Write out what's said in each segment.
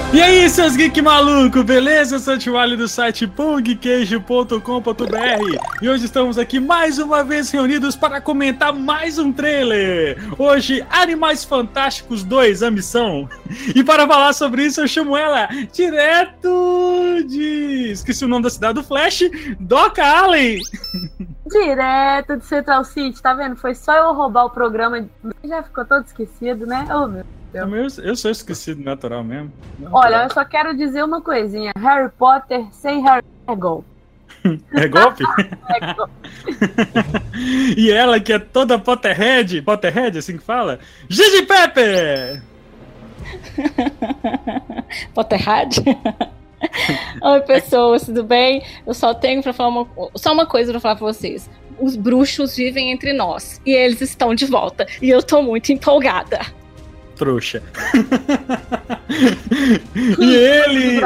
E aí, seus geek maluco, beleza? Eu sou o Tio Ali do site pongqueijo.com.br e hoje estamos aqui mais uma vez reunidos para comentar mais um trailer. Hoje, Animais Fantásticos 2, a missão. E para falar sobre isso, eu chamo ela direto de... esqueci o nome da cidade do Flash, Doca Allen. Direto de Central City, tá vendo? Foi só eu roubar o programa, já ficou todo esquecido, né? Oh, meu Deus. Eu sou esquecido natural mesmo. Olha, eu só quero dizer uma coisinha. Harry Potter sem Harry é golpe. É golpe? É golpe. E ela que é toda Potterhead, assim que fala? Gigi Pepper! Potterhead? Oi, pessoas, tudo bem? Eu só tenho para falar uma coisa para falar para vocês. Os bruxos vivem entre nós e eles estão de volta. E eu tô muito empolgada. Trouxa. E ele,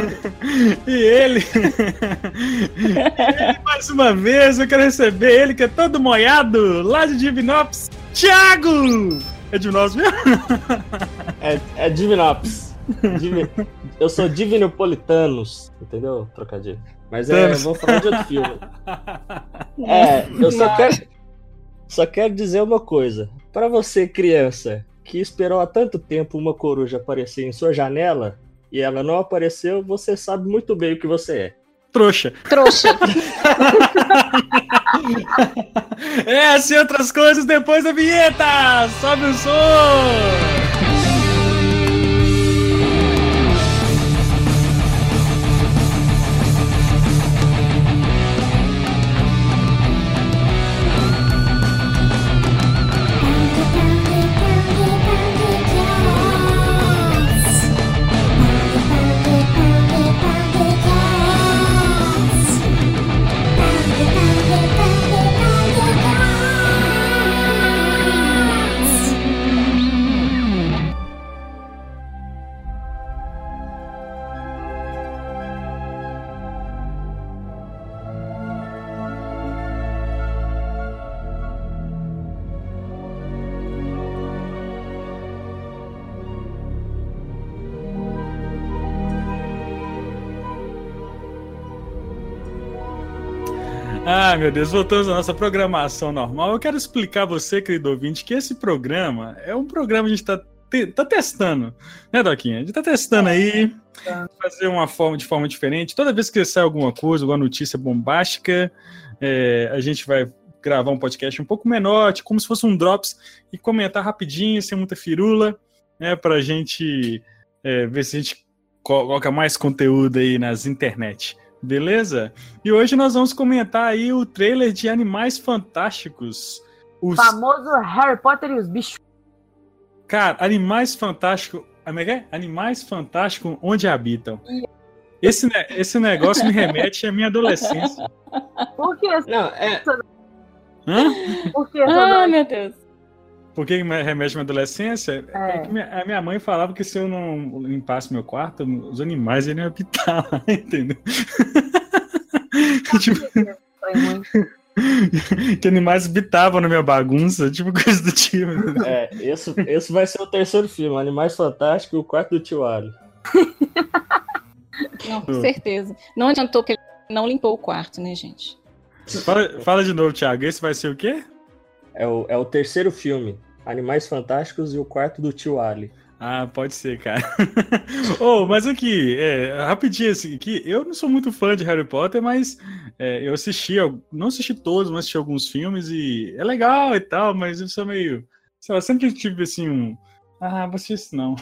mais uma vez, eu quero receber ele que é todo molhado, lá de Divinópolis, Thiago! É Divinópolis mesmo? É Divinópolis. Eu sou Divinopolitanos, entendeu? Trocadilho. Mas vou falar de outro filme. Eu só quero dizer uma coisa. Pra você, criança, que esperou há tanto tempo uma coruja aparecer em sua janela e ela não apareceu, você sabe muito bem o que você é. Trouxa. Essa e outras coisas depois da vinheta. Sobe o som. Ah, meu Deus, voltamos à nossa programação normal. Eu quero explicar a você, querido ouvinte, que esse programa é um programa que a gente tá testando, né, Doquinha? A gente tá testando aí, fazer de forma diferente. Toda vez que sai alguma coisa, alguma notícia bombástica, a gente vai gravar um podcast um pouco menor, como se fosse um Drops, e comentar rapidinho, sem muita firula, né, pra gente ver se a gente coloca mais conteúdo aí nas internet. Beleza? E hoje nós vamos comentar aí o trailer de Animais Fantásticos. O famoso Harry Potter e os bichos. Cara, Animais Fantásticos... Animais Fantásticos onde habitam. Esse negócio me remete à minha adolescência. Por que? Não, Hã? Por que? Meu Deus. Por que me remete à minha adolescência? É que a minha mãe falava que se eu não limpasse meu quarto, os animais iriam habitar lá, entendeu? Que animais habitavam na minha bagunça, tipo coisa do tipo. Esse vai ser o terceiro filme, Animais Fantásticos e o quarto do Tio Ali. Não, com certeza. Não adiantou que ele não limpou o quarto, né, gente? Fala de novo, Thiago. Esse vai ser o quê? É o terceiro filme, Animais Fantásticos e o quarto do Tio Ali. Ah, pode ser, cara. Mas aqui, rapidinho assim, aqui, eu não sou muito fã de Harry Potter, mas eu não assisti todos, mas assisti alguns filmes e é legal e tal, mas eu sou meio, sei lá, sempre tive assim vou assistir isso não.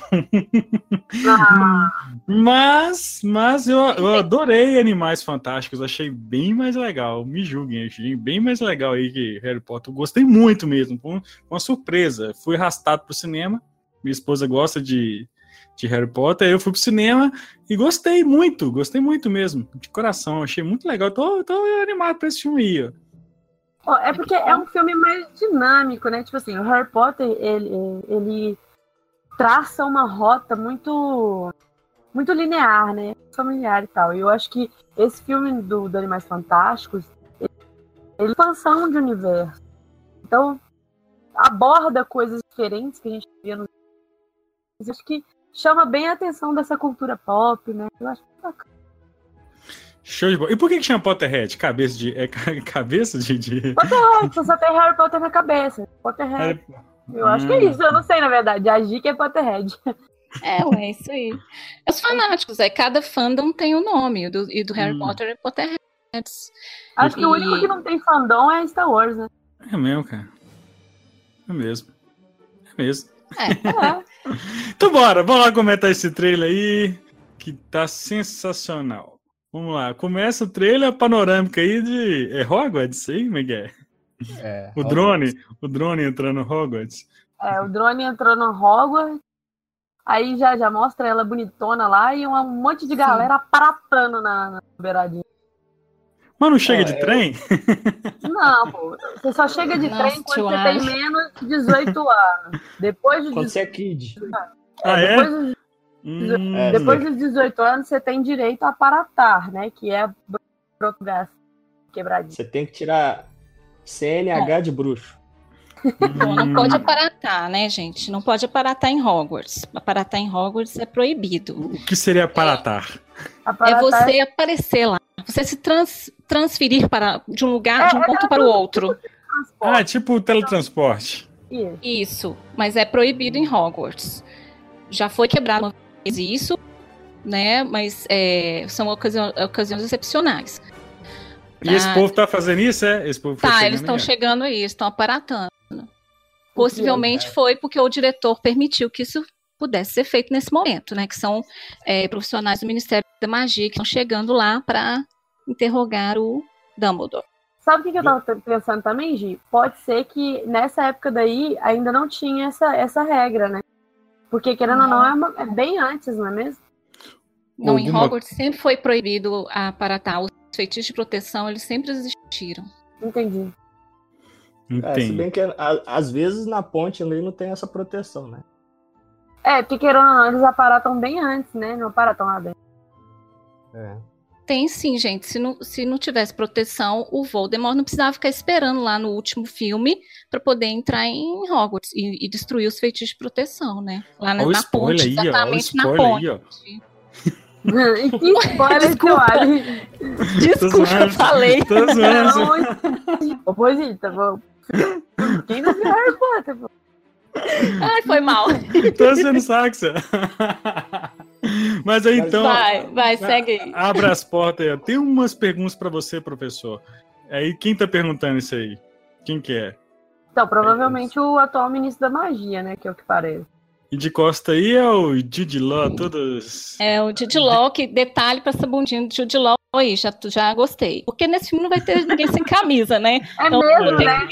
Mas eu adorei Animais Fantásticos, achei bem mais legal, me julguem, achei bem mais legal aí que Harry Potter, eu gostei muito mesmo, foi uma surpresa, fui arrastado pro cinema, minha esposa gosta de Harry Potter, eu fui pro cinema e gostei muito mesmo, de coração, achei muito legal, tô animado pra esse filme aí, ó. É porque é um filme mais dinâmico, né, tipo assim, o Harry Potter, ele traça uma rota muito linear, né? Familiar e tal. E eu acho que esse filme do Animais Fantásticos, ele é expansão de universo. Então, aborda coisas diferentes que a gente via nos... Eu acho que chama bem a atenção dessa cultura pop, né? Eu acho bacana. Show de bola. E por que chama Potterhead? Cabeça de... cabeça de... Potterhead, só tem Harry Potter na cabeça. Potterhead. Eu acho que é isso, eu não sei, na verdade. A dica é Potterhead. É isso aí. Os fanáticos, cada fandom tem um nome, e do Harry Potter é Potterheads. Acho que o único que não tem fandom é Star Wars, né? É mesmo, cara. É mesmo. Então bora, vamos lá comentar esse trailer aí, que tá sensacional. Vamos lá, começa o trailer panorâmico aí de... É Hogwarts aí, Miguel? O drone entrando no Hogwarts. O drone entrou no Hogwarts, aí já mostra ela bonitona lá e um monte de galera aparatando na beiradinha. Mas não chega de trem? Não, pô. Você só chega de trem quando você tem menos de 18 anos. Depois de quando você é kid. Depois dos 18 anos, você tem direito a aparatar, né? Que é Portugal quebradinho. Você tem que tirar CNH de bruxo. Não pode aparatar, né, gente? Não pode aparatar em Hogwarts. Aparatar em Hogwarts é proibido. O que seria aparatar? É você aparecer lá. Você se transferir de um lugar, de um ponto para o outro. Tipo teletransporte. Isso, mas é proibido em Hogwarts. Já foi quebrado uma vez isso, né? Mas são ocasiões excepcionais. E esse povo tá fazendo isso, Esse povo eles estão chegando aí, estão aparatando. Possivelmente foi porque o diretor permitiu que isso pudesse ser feito nesse momento, né? Que são profissionais do Ministério da Magia que estão chegando lá para interrogar o Dumbledore. Sabe o que eu tava pensando também, Gi? Pode ser que nessa época daí ainda não tinha essa regra, né? Porque, querendo ou não, é bem antes, não é mesmo? Não, em Hogwarts sempre foi proibido aparatar. Os feitiços de proteção, eles sempre existiram. Entendi. Se bem que às vezes na ponte ali não tem essa proteção, né? Porque, querendo ou não, eles aparatam bem antes, né? Não aparatam lá dentro. Tem sim, gente. Se não tivesse proteção, o Voldemort não precisava ficar esperando lá no último filme para poder entrar em Hogwarts e destruir os feitiços de proteção, né? Lá na ponte, exatamente na ponte. E que spoiler que eu acho. Desculpa, eu falei. Tô zoando. Quem não viu Harry Potter, pô? Ai, foi mal. Tô sendo saxa. Mas aí então. Vai, segue aí. Abra as portas aí. Tem umas perguntas pra você, professor. Aí, quem tá perguntando isso aí? Quem que é? Então, provavelmente o atual ministro da magia, né? Que é o que parece. E de costa aí é o Jude Law, todos... O Jude Law, que detalhe pra essa bundinha do Jude Law aí, já gostei. Porque nesse filme não vai ter ninguém sem camisa, né? Então, mesmo, né?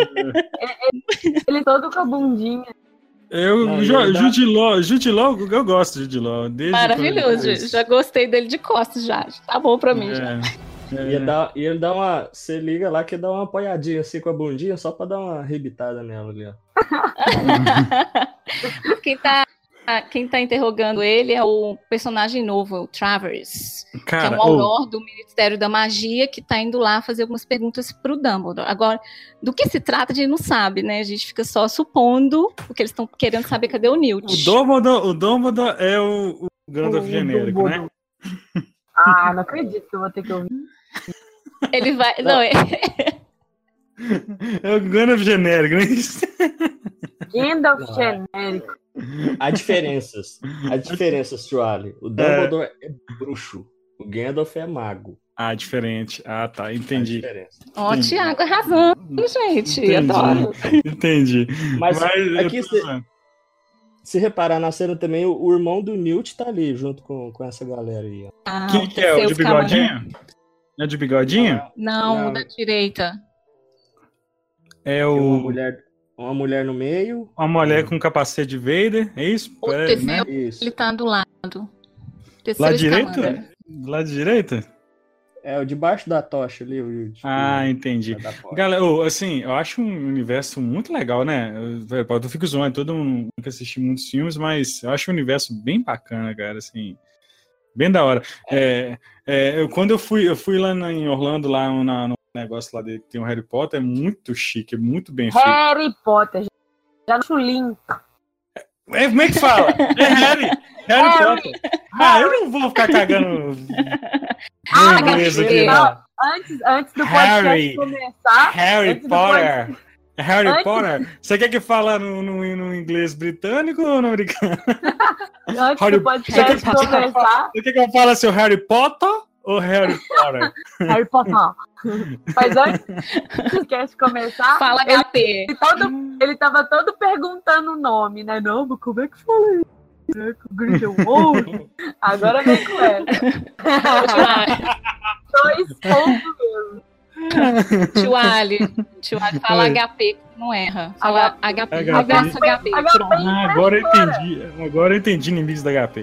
Ele todo com a bundinha. Jude Law, eu gosto de Jude Law. Maravilhoso, já gostei dele de costas já. Tá bom pra mim já. E ele dá uma... Você liga lá que dá uma apoiadinha assim com a bundinha só pra dar uma rebitada nela ali, ó. Quem tá interrogando ele é o personagem novo, o Travers, cara, que é um auror do Ministério da Magia que tá indo lá fazer algumas perguntas pro Dumbledore. Agora, do que se trata a gente não sabe, né? A gente fica só supondo, porque eles estão querendo saber cadê o Newt. O Dumbledore é o Gandalf genérico, né? Não acredito que eu vou ter que ouvir. Ele vai... Não, É o Gandalf genérico, não é isso? Gandalf genérico. Há diferenças, Chuali. O Dumbledore é bruxo, o Gandalf é mago. Diferente. Tá, entendi. Ó, o Thiago arrasando, gente. Adoro. Entendi. Mas aqui, se reparar na cena também, o irmão do Newt tá ali, junto com essa galera aí. Quem que é? O de bigodinho? É de bigodinho? Não, da direita. É uma mulher no meio. Uma mulher com capacete de Vader, é isso? O terceiro, ele tá do lado. Lá direita? Lá de direita? O debaixo da tocha ali. Entendi. Galera, assim, eu acho um universo muito legal, né? Eu fico zoando, todo mundo nunca assisti muitos filmes, mas eu acho um universo bem bacana, cara, assim, bem da hora. Quando eu fui lá em Orlando, lá no negócio lá dele, que tem um Harry Potter, é muito chique, é muito bem feito. Harry Potter, já no chulinho. Como é que fala? É Harry. Harry Potter. Ah, eu não vou ficar cagando inglês aqui, não. Antes do Harry, podcast começar... Harry Potter. Harry Potter? Você quer que fala no inglês britânico ou no americano? Antes do podcast começar... Você quer que eu fale seu Harry Potter ou Harry Potter? Harry Potter. Mas antes do podcast começar... Fala HP. Ele tava todo perguntando o nome, né? Não, mas como é que fala isso? Grindelwald? Agora vem com ela. Dois pontos mesmo. Tio Ali fala HP, não erra. Fala HP. Abraça HP. Agora eu entendi inimigos da HP.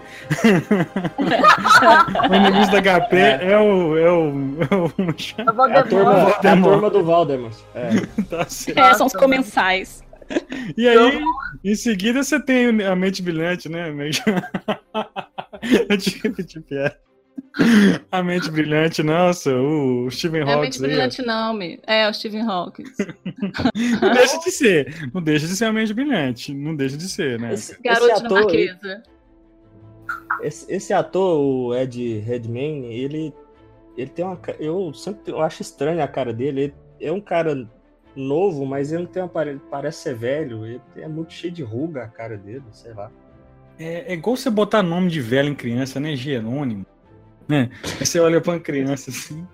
O inimigos da HP é a turma do Voldemort. Tá certo. São os comensais. E aí, em seguida, você tem a mente brilhante, né? A mente brilhante, nossa, o Stephen Hawking. Não é a mente brilhante, não, é o Stephen Hawking. Não deixa de ser. Não deixa de ser a mente brilhante. Não deixa de ser, né? Garoto dinamarquesa. Esse ator, o Ed Redmayne, ele tem uma. Eu acho estranho a cara dele. Ele é um cara novo, mas ele não tem parece ser velho. Ele é muito cheio de ruga a cara dele, sei lá. É igual você botar nome de velho em criança, né? Jerônimo. Né? Aí você olha pra uma criança assim.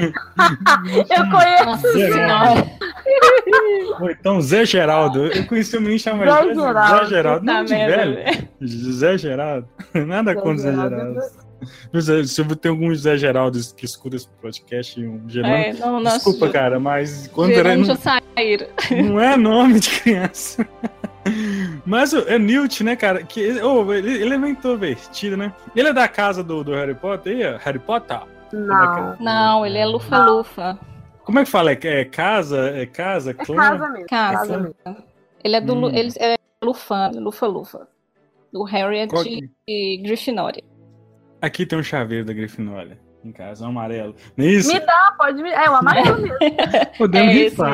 Eu conheço esse nome. Ou então Zé Geraldo. Eu conheci um menino chamado Zé Geraldo. Não, de velho. Zé Geraldo. Nada contra Zé Geraldo. Se tem algum Zé Geraldo que escuta esse podcast, um Geraldo, desculpa, cara, mas quando era. Não é nome de criança. Mas é Newt, né, cara? Que, ele é meio introvertido, né? Ele é da casa do Harry Potter aí? Harry Potter? Não, ele é Lufa-Lufa. Como é que fala? É casa? É casa? É casa mesmo. Casa mesmo. Ele é do ele é Lufa-Lufa. O Harry é de Grifinória. Aqui tem um chaveiro da Grifinória em casa, um amarelo. Não é isso? Me dá, pode me. É o amarelo mesmo. Podemos rifar.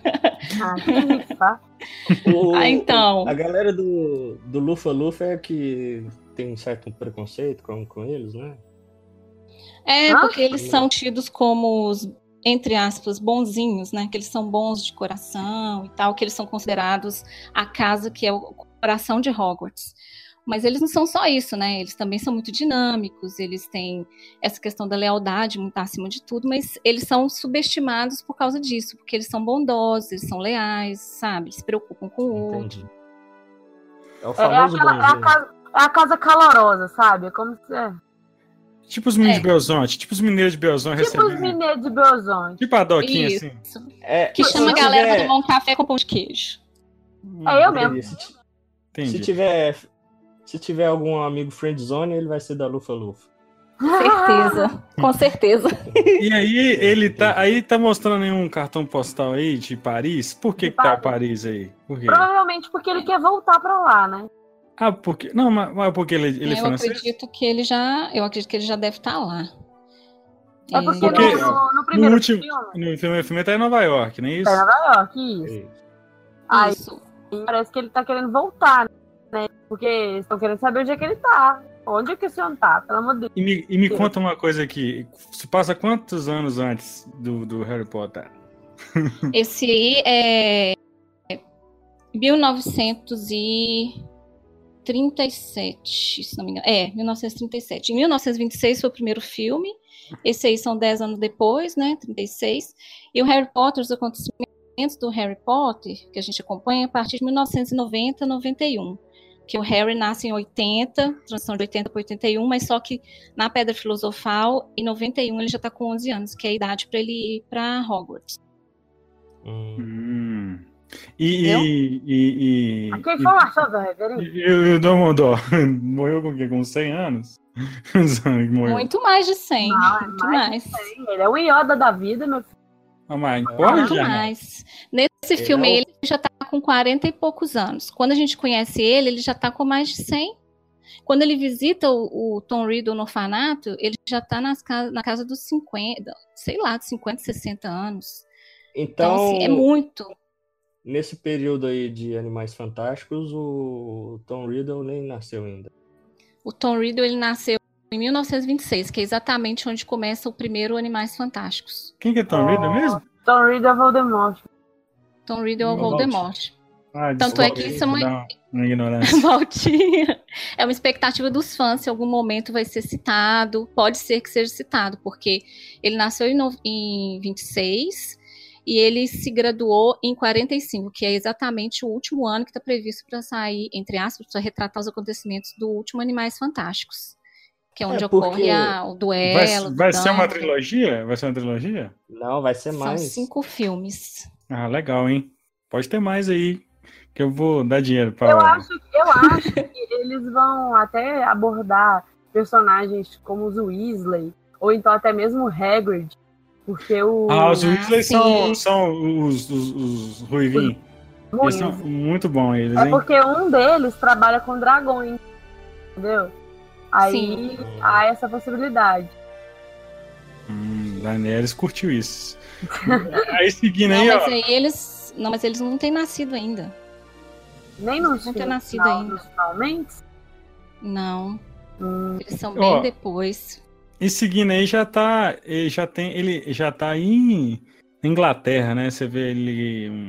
Rifar. Então. A galera do Lufa-Lufa é que tem um certo preconceito com eles, né? Porque eles são tidos como os, entre aspas, bonzinhos, né? Que eles são bons de coração e tal, que eles são considerados a casa que é o coração de Hogwarts. Mas eles não são só isso, né? Eles também são muito dinâmicos, eles têm essa questão da lealdade muito acima de tudo, mas eles são subestimados por causa disso, porque eles são bondosos, eles são leais, sabe? Se preocupam com o outro. É o famoso é a casa calorosa, sabe? É como se... Tipo os meninos de Belzonte, tipo os mineiros de Belzonte recebendo. Tipo os mineiros de Belzonte. Tipo a Doquinha, assim. Que chama a galera pra tomar um café com pão de queijo. É eu mesmo. Se tiver algum amigo friendzone, ele vai ser da Lufa-Lufa. Com certeza. E aí ele tá mostrando aí um cartão postal aí de Paris. Por que tá Paris aí? Por quê? Provavelmente porque ele quer voltar pra lá, né? Porque... Não, mas porque ele é francês? Eu acredito que ele já deve estar lá. É porque no primeiro filme... No filme tá em Nova York, não é isso? Tá em Nova York, isso. Aí parece que ele tá querendo voltar, né? Porque eles estão querendo saber onde é que ele tá. Onde é que esse homem tá, pelo amor de Deus. E me conta uma coisa aqui. Se passa quantos anos antes do Harry Potter? Esse aí é 1937, se não me engano. 1937. Em 1926 foi o primeiro filme. Esse aí são 10 anos depois, né? 36. E o Harry Potter, os acontecimentos do Harry Potter, que a gente acompanha a partir de 1990, 91. Que o Harry nasce em 80, transição de 80 para 81, mas só que na Pedra Filosofal, em 91, ele já está com 11 anos, que é a idade para ele ir para Hogwarts. Que informação, velho? E o Dumbledore morreu com o quê? Com 100 anos? Muito mais de 100. Muito mais. Ele é o Yoda da vida, meu filho. Mas pode, muito mais. Nesse filme ele já tá com 40 e poucos anos. Quando a gente conhece ele já tá com mais de 100. Quando ele visita o Tom Riddle no orfanato, ele já tá na casa dos 50, sei lá, de 50, 60 anos. Então assim, é muito. nesse período aí de Animais Fantásticos, o Tom Riddle nem nasceu ainda. O Tom Riddle, ele nasceu em 1926, que é exatamente onde começa o primeiro Animais Fantásticos. Quem que é Tom Riddle mesmo? Tom Riddle é Voldemort. Tom Riddle é o Voldemort. Tanto desculpa, é que isso é uma ignorância. Valtinha. É uma expectativa dos fãs, se em algum momento vai ser citado. Pode ser que seja citado, porque ele nasceu em 26 e ele se graduou em 45, que é exatamente o último ano que está previsto para sair, entre aspas, para retratar os acontecimentos do último Animais Fantásticos. Que é onde ocorre o duelo. Vai ser uma trilogia? Vai ser uma trilogia? Não, vai ser mais. São 5 filmes. Ah, legal, hein? Pode ter mais aí, que eu vou dar dinheiro para. Eu acho que eles vão até abordar personagens como os Weasley, ou então até mesmo o Hagrid, porque os Weasley são os ruivinhos. Eles são muito bons, eles, hein? É porque um deles trabalha com dragões, entendeu? Aí há essa possibilidade. Daenerys curtiu isso. Aí seguindo aí, mas eles não têm nascido ainda. Nem nos não têm nascido ainda. Finalmente? Não. Eles são bem depois. E seguindo aí ele já tá em Inglaterra, né? Você vê ele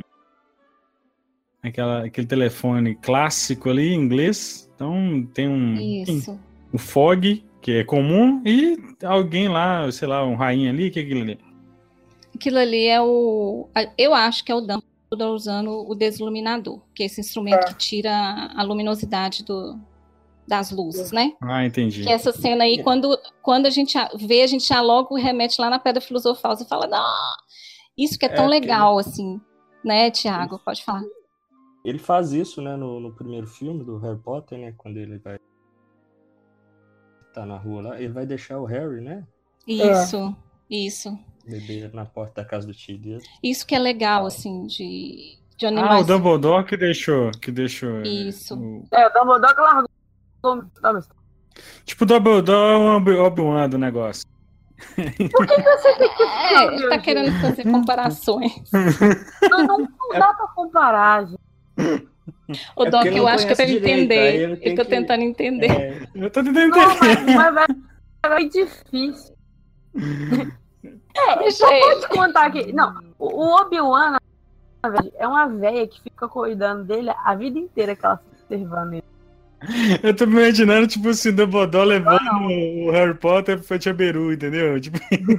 aquele telefone clássico ali em inglês. Então tem Isso. O Fog, que é comum, e alguém lá, sei lá, um rainha ali, que é aquilo ali? Aquilo ali é eu acho que é o Dumbledore usando o Desiluminador, que é esse instrumento que tira a luminosidade das luzes, né? Ah, entendi. Que essa cena aí, quando a gente vê, a gente já logo remete lá na Pedra Filosofal e fala, não, isso que é tão legal, assim, né, Tiago? Pode falar. Ele faz isso, né, no primeiro filme do Harry Potter, né, quando ele vai tá na rua lá, ele vai deixar o Harry, né? Isso. Beber na porta da casa do tio dele. Isso que é legal, assim, de animais. O Dumbledore que deixou. Isso. O Dumbledore que largou. Tipo, o Dumbledore é o Obi-Wan do negócio. Por que você tem que ele tá querendo fazer comparações. Não dá pra comparar, gente. O Doc, eu acho que é pra ele entender. Eu tô tentando entender. Eu tô tentando entender. Mas vai difícil. Só pode contar aqui. Não, o Obi-Wan é uma velha que fica cuidando dele a vida inteira que ela fica observando ele. Eu tô me imaginando, tipo assim, o Dumbledore levando o Harry Potter pro Fetchaberu, entendeu? Tipo...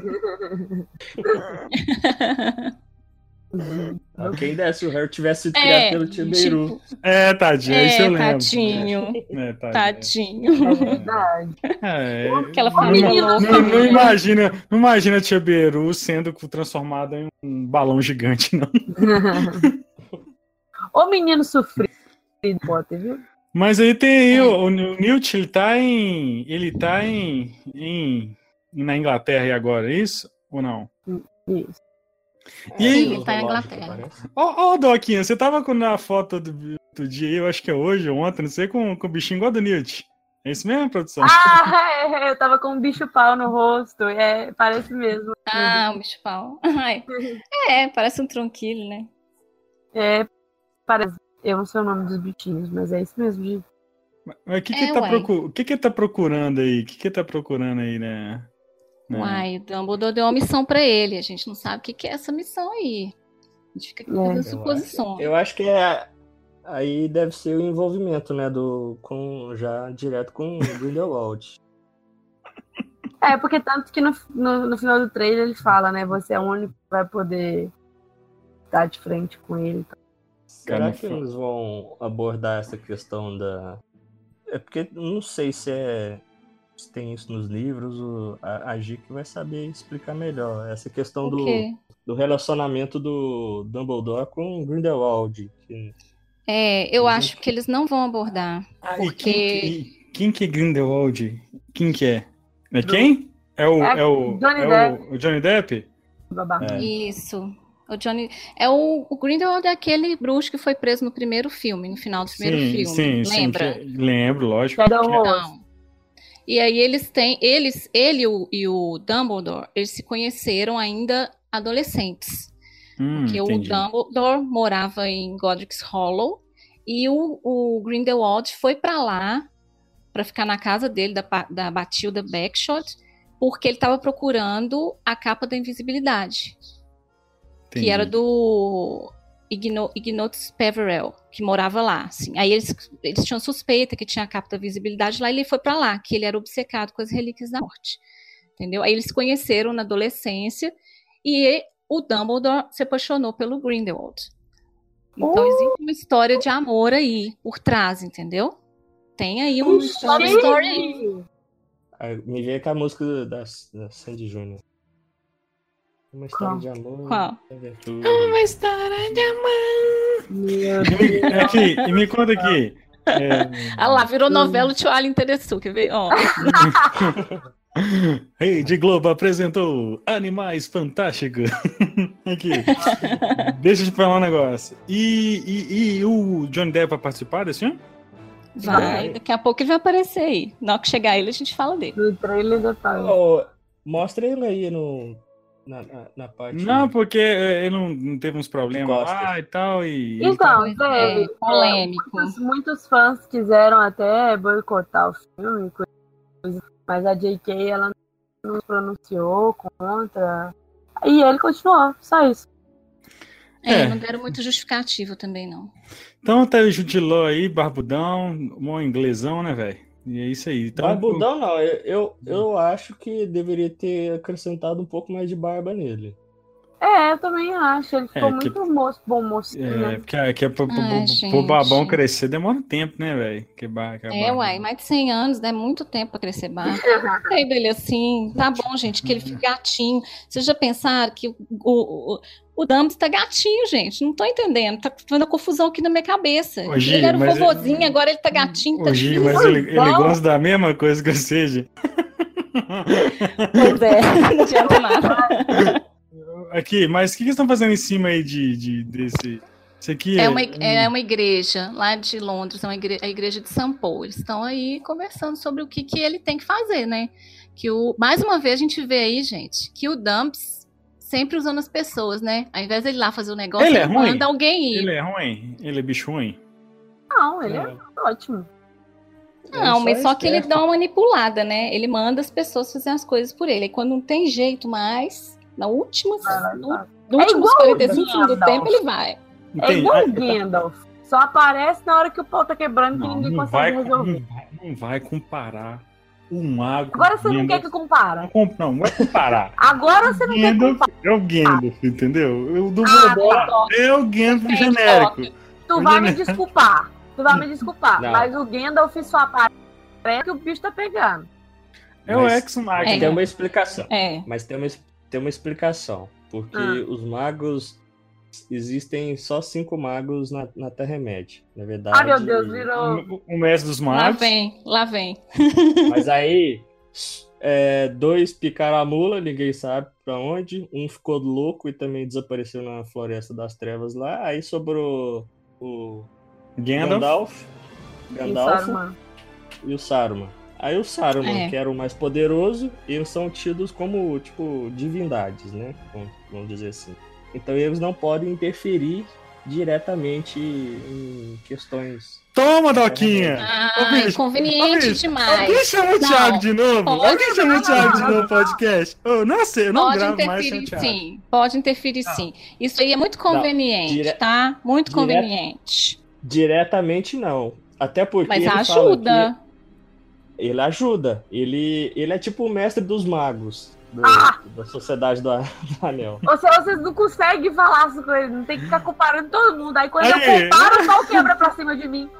Quem desse o Harry tivesse sido criado pelo Tchaberu. Tadinho, isso eu lembro. Tadinho. É verdade. Aquela família louca. Não imagina Tchaberu sendo transformado em um balão gigante, não. O menino sofrido, Potter, viu? Mas aí tem aí, o Newt, ele tá na Inglaterra aí agora, é isso? Ou não? Isso. E aí, ele tá na Inglaterra. Doquinha, você tava na foto do dia aí, eu acho que é hoje ou ontem, não sei, com o bichinho igual do Newt. É isso mesmo, produção? Eu tava com um bicho-pau no rosto, parece mesmo. Um bicho-pau. Parece um tronquilho, né? Parece. Eu não sei o nome dos bichinhos, mas é isso mesmo, gente. Mas o que ele tá procurando aí? O que ele tá procurando aí, né? Uai, o Dumbledore deu uma missão pra ele. A gente não sabe o que é essa missão aí. A gente fica aqui fazendo suposições. Eu acho que aí deve ser o envolvimento, né? Já direto com o Grindelwald. Porque tanto que no final do trailer ele fala, né? Você é o único que vai poder estar de frente com ele. Será que eles vão abordar essa questão da... É porque não sei se tem isso nos livros, a Gic vai saber explicar melhor. Essa questão do relacionamento do Dumbledore com o Grindelwald. Eu acho que eles não vão abordar. Porque... Quem que é Grindelwald? Quem que é? É quem? É o Johnny Depp? Isso. O Johnny... O Grindelwald é aquele bruxo que foi preso no primeiro filme, no final do primeiro filme. Lembra? Sim, lembro, lógico. Então, e aí ele e o Dumbledore, eles se conheceram ainda adolescentes. Porque entendi. o Dumbledore morava em Godric's Hollow e o Grindelwald foi pra lá pra ficar na casa dele, da Bathilda Bagshot, porque ele estava procurando a capa da invisibilidade. Entendi. Que era do Ignatius Peverell, que morava lá. Assim. Aí eles tinham suspeita que tinha a capa da visibilidade lá, e ele foi pra lá, que ele era obcecado com as relíquias da morte. Entendeu? Aí eles se conheceram na adolescência e o Dumbledore se apaixonou pelo Grindelwald. Então existe uma história de amor aí por trás, entendeu? Tem aí um love story aí. Aí me veio com a música da Sandy Júnior. Uma história de amor. Qual? Uma história de amor. Aqui, e me conta aqui. Ah lá, virou novela, o Tio Ali interessou, quer ver? Ó. Rede Globo apresentou Animais Fantásticos. Aqui. Deixa eu te falar um negócio. E o Johnny Depp vai participar desse filme? Vai, daqui a pouco ele vai aparecer aí. Na hora que chegar ele, a gente fala dele. No trailer da Mostra ele aí na parte. Não, porque ele não teve uns problemas lá e tal. Então, polêmico. Muitos fãs quiseram até boicotar o filme, mas a J.K. ela não se pronunciou contra. E ele continuou, só isso. Não deram muito justificativo também, não. Então tá o Jude Law aí, barbudão, bom inglesão, né, velho? E é isso aí. Então, barbudão não, eu acho que deveria ter acrescentado um pouco mais de barba nele. Eu também acho. Ele ficou muito bom mocinho. Né? Porque pro babão crescer demora um tempo, né, velho? Uai, mais de 100 anos, é muito tempo pra crescer barba. Eu sei dele assim, tá bom, gente, que ele fica gatinho. Vocês já pensaram que o Dumbledore tá gatinho, gente? Não tô entendendo. Tá fazendo confusão aqui na minha cabeça. Ele era um vovozinho, agora ele tá gatinho. Tá difícil. Mas ele gosta da mesma coisa que eu seja. Pois não adianta nada. Aqui, mas o que eles estão fazendo em cima aí desse... Isso aqui é uma igreja lá de Londres, a igreja de St. Paul. Eles estão aí conversando sobre o que ele tem que fazer, né? Mais uma vez a gente vê aí, gente, que o Dumps sempre usando as pessoas, né? Ao invés dele ir lá fazer o negócio, ele manda alguém ir. Ele é ruim? Ele é bicho ruim? Não, ele é ótimo. Não, mas só que ele dá uma manipulada, né? Ele manda as pessoas fazer as coisas por ele. E quando não tem jeito mais, nos últimos 45 do tempo, ele vai. É igual o Gandalf. Só aparece na hora que o pau tá quebrando, que ninguém consegue resolver. Não vai comparar o mago. Agora você não quer que compara? Não vai comparar. Agora você não quer comparar. É o Gandalf, entendeu? O do é o Gandalf genérico. Tu vai me desculpar. Mas o Gandalf só aparece que o bicho tá pegando. É o ex-mago. Tem uma explicação. Mas tem uma explicação. Porque os magos... Existem só 5 magos na Terra-média. Na verdade. Meu Deus, virou. O mestre dos magos. Lá vem. Mas aí, 2 picaram a mula, ninguém sabe pra onde. Um ficou louco e também desapareceu na Floresta das Trevas lá. Aí sobrou o Gandalf e o Saruman. Aí o Saruman, que era o mais poderoso, eles são tidos como, tipo, divindades, né? Vamos dizer assim. Então eles não podem interferir diretamente em questões... Toma, Doquinha! Conveniente demais. Alguém chama o Thiago de novo? Alguém chama o Thiago de novo no podcast? Eu não gravo mais sem o Thiago. Sim, pode interferir sim. Isso aí é muito conveniente, tá? Muito conveniente. Diretamente não. Até porque mas ajuda. Ele ajuda. Ele é tipo o mestre dos magos. Da Sociedade do Anel. Vocês não conseguem falar as coisas, não tem que ficar comparando todo mundo. Aí quando eu comparo, o pau quebra pra cima de mim.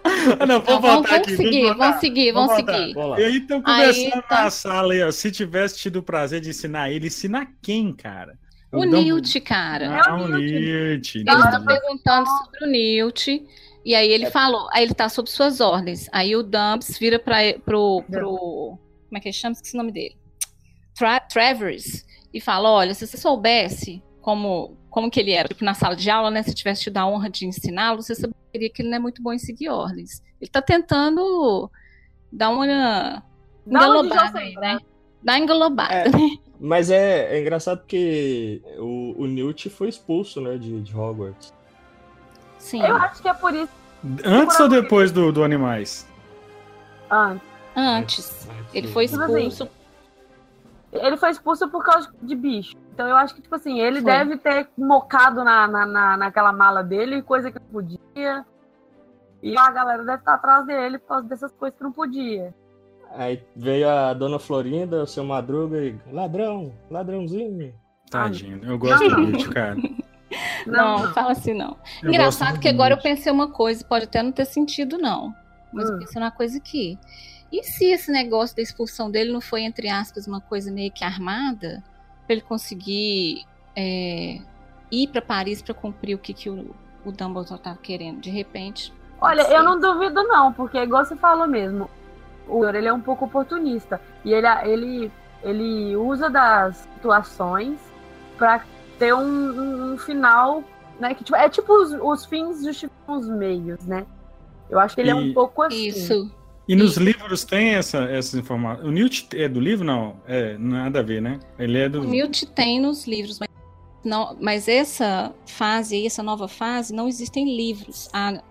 Vamos seguir. E aí estão conversando na sala aí, ó. Se tivesse tido o prazer de ensinar ele, ensinar quem, cara? O Newt, cara. O Newt. Eles estão perguntando sobre o Newt. E aí ele falou, aí ele tá sob suas ordens. Aí o Dumps vira pro como é que ele chama? Esqueci o nome dele. Travers, e fala, olha, se você soubesse como que ele era, tipo, na sala de aula, né, se tivesse tido a honra de ensiná-lo, você saberia que ele não é muito bom em seguir ordens. Ele tá tentando dar uma engalobada aí, né? Dar engalobada, né? Mas é engraçado porque o Newt foi expulso, né, de Hogwarts. Sim. Eu acho que é por isso. Antes ou depois do Animais? Antes. Ele foi expulso. Ele foi expulso por causa de bicho. Então eu acho que, tipo assim, ele deve ter mocado naquela mala dele, coisa que não podia. E a galera deve estar atrás dele por causa dessas coisas que não podia. Aí veio a Dona Florinda, o seu Madruga e... Ladrãozinho. Tadinho, eu gosto do Newt, cara. Não, fala assim não. Eu Engraçado que agora eu Newt. pensei uma coisa, pode até não ter sentido não, mas eu pensei numa coisa aqui. E se esse negócio da expulsão dele não foi, entre aspas, uma coisa meio que armada, pra ele conseguir ir pra Paris pra cumprir o que o Dumbledore tava querendo, de repente? Olha, eu não duvido não, porque igual você falou mesmo, o Dumbledore, ele é um pouco oportunista. E ele usa das situações pra ter um final, né? Que tipo, é tipo os fins justificam os meios, né? Eu acho que ele é um pouco assim. Isso. E nos livros tem essas informações. O Newt é do livro? Não, nada a ver, né? Ele é do... O Newt tem nos livros, mas essa fase aí, essa nova fase, não existem livros.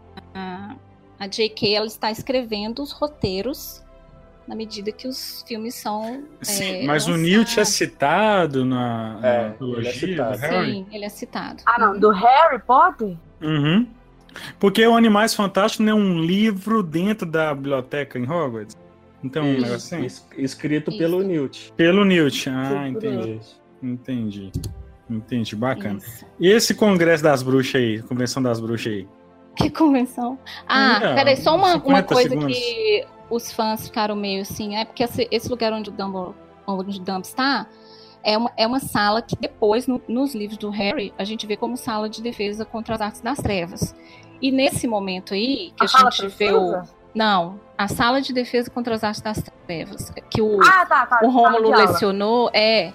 A J.K. ela está escrevendo os roteiros na medida que os filmes são Sim, mas lançados. o Newt é citado na antologia do Harry? Sim, ele é citado. Ah, não, do Harry Potter? Uhum. Porque o Animais Fantásticos não é um livro dentro da biblioteca em Hogwarts? Então, um negócio assim? Escrito pelo Newt. Pelo Newt. Ah, Sim, entendi. Entendi, bacana. Isso. E esse congresso das bruxas aí, convenção das bruxas aí? Que convenção. Peraí, só uma 50 coisa segundos. que os fãs ficaram meio assim, porque esse lugar onde o Dumbledore está é uma sala que depois, nos livros do Harry, a gente vê como sala de defesa contra as artes das trevas. E nesse momento aí, que a gente vê Não, a sala de defesa contra as artes das trevas, que o Rômulo lecionou,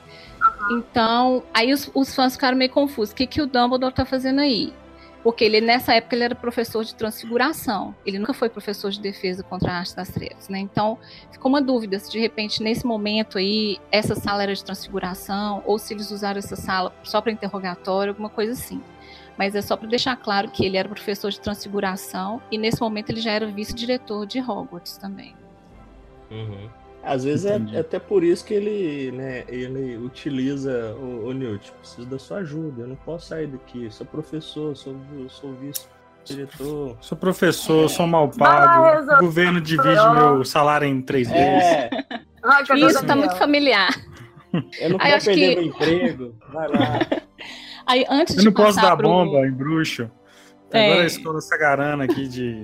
Então, aí os fãs ficaram meio confusos. O que o Dumbledore tá fazendo aí? Porque nessa época ele era professor de transfiguração. Ele nunca foi professor de defesa contra a arte das trevas, né? Então, ficou uma dúvida se de repente, nesse momento aí, essa sala era de transfiguração, ou se eles usaram essa sala só para interrogatório, alguma coisa assim. Mas é só para deixar claro que ele era professor de transfiguração e nesse momento ele já era vice-diretor de Hogwarts também. Uhum. Às vezes é até por isso que ele utiliza o Newt. Preciso da sua ajuda, eu não posso sair daqui. Sou professor, sou vice-diretor. Sou professor, sou mal pago. O governo divide meu salário em 3 vezes. Isso tá muito familiar. Eu não quero perder meu emprego. Vai lá. Aí, antes eu não posso dar bomba em bruxo. Agora a escola Sagarana aqui de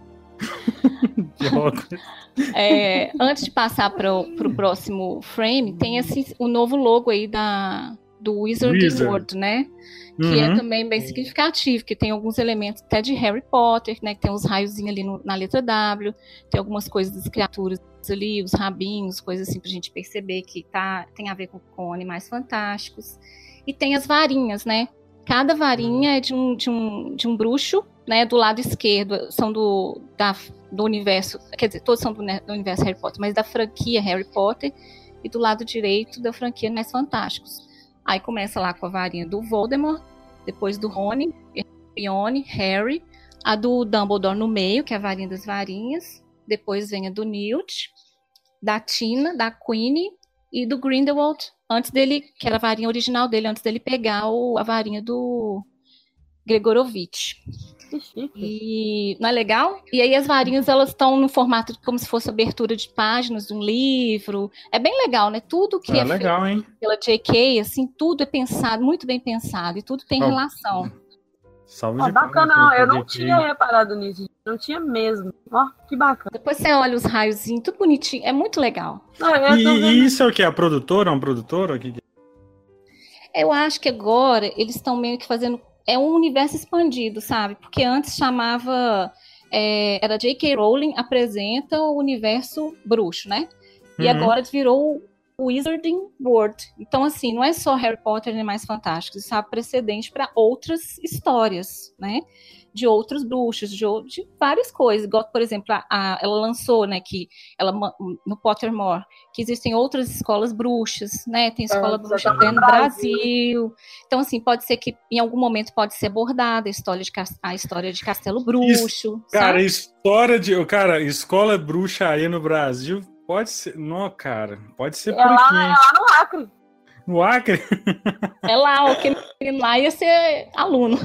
Hogwarts. Antes de passar para o próximo frame, tem o novo logo aí do Wizarding World, né? Que é também bem significativo, que tem alguns elementos até de Harry Potter, né? Que tem uns raiozinhos ali na letra W, tem algumas coisas das criaturas ali, os rabinhos, coisas assim pra gente perceber que tem a ver com animais fantásticos. E tem as varinhas, né? Cada varinha é de um bruxo, né? Do lado esquerdo são do universo, quer dizer, todos são do universo Harry Potter, mas da franquia Harry Potter, e do lado direito da franquia Animais Fantásticos. Aí começa lá com a varinha do Voldemort, depois do Rony, Hermione, Harry, a do Dumbledore no meio, que é a varinha das varinhas, depois vem a do Newt, da Tina, da Queenie e do Grindelwald, antes dele, que era a varinha original dele, antes dele pegar a varinha do Gregorovitch. E não é legal? E aí as varinhas, elas estão no formato como se fosse abertura de páginas de um livro. É bem legal, né? Tudo que é legal, feito pela J.K., assim, tudo é pensado, muito bem pensado, e tudo tem relação. Salve de bacana, eu não tinha reparado nisso. Não tinha mesmo. Ó, que bacana. Depois você olha os raiozinhos, tudo bonitinho. É muito legal. E isso é o que? A produtora? Um produtor? Eu acho que agora eles estão meio que fazendo... É um universo expandido, sabe? Porque antes chamava... era J.K. Rowling apresenta o universo bruxo, né? E agora virou Wizarding World. Então, assim, não é só Harry Potter e Animais Fantásticos, isso é precedente para outras histórias, né? De outros bruxos, de várias coisas. Igual, por exemplo, ela lançou, né, que ela, no Pottermore, que existem outras escolas bruxas, né? Tem escola bruxa até no Brasil. Então, assim, pode ser que em algum momento pode ser abordada a história de Castelo Bruxo. Cara, escola bruxa aí no Brasil pode ser. Não, cara, pode ser por aqui. É lá no Acre. No Acre? É lá, o que lá ia ser aluno.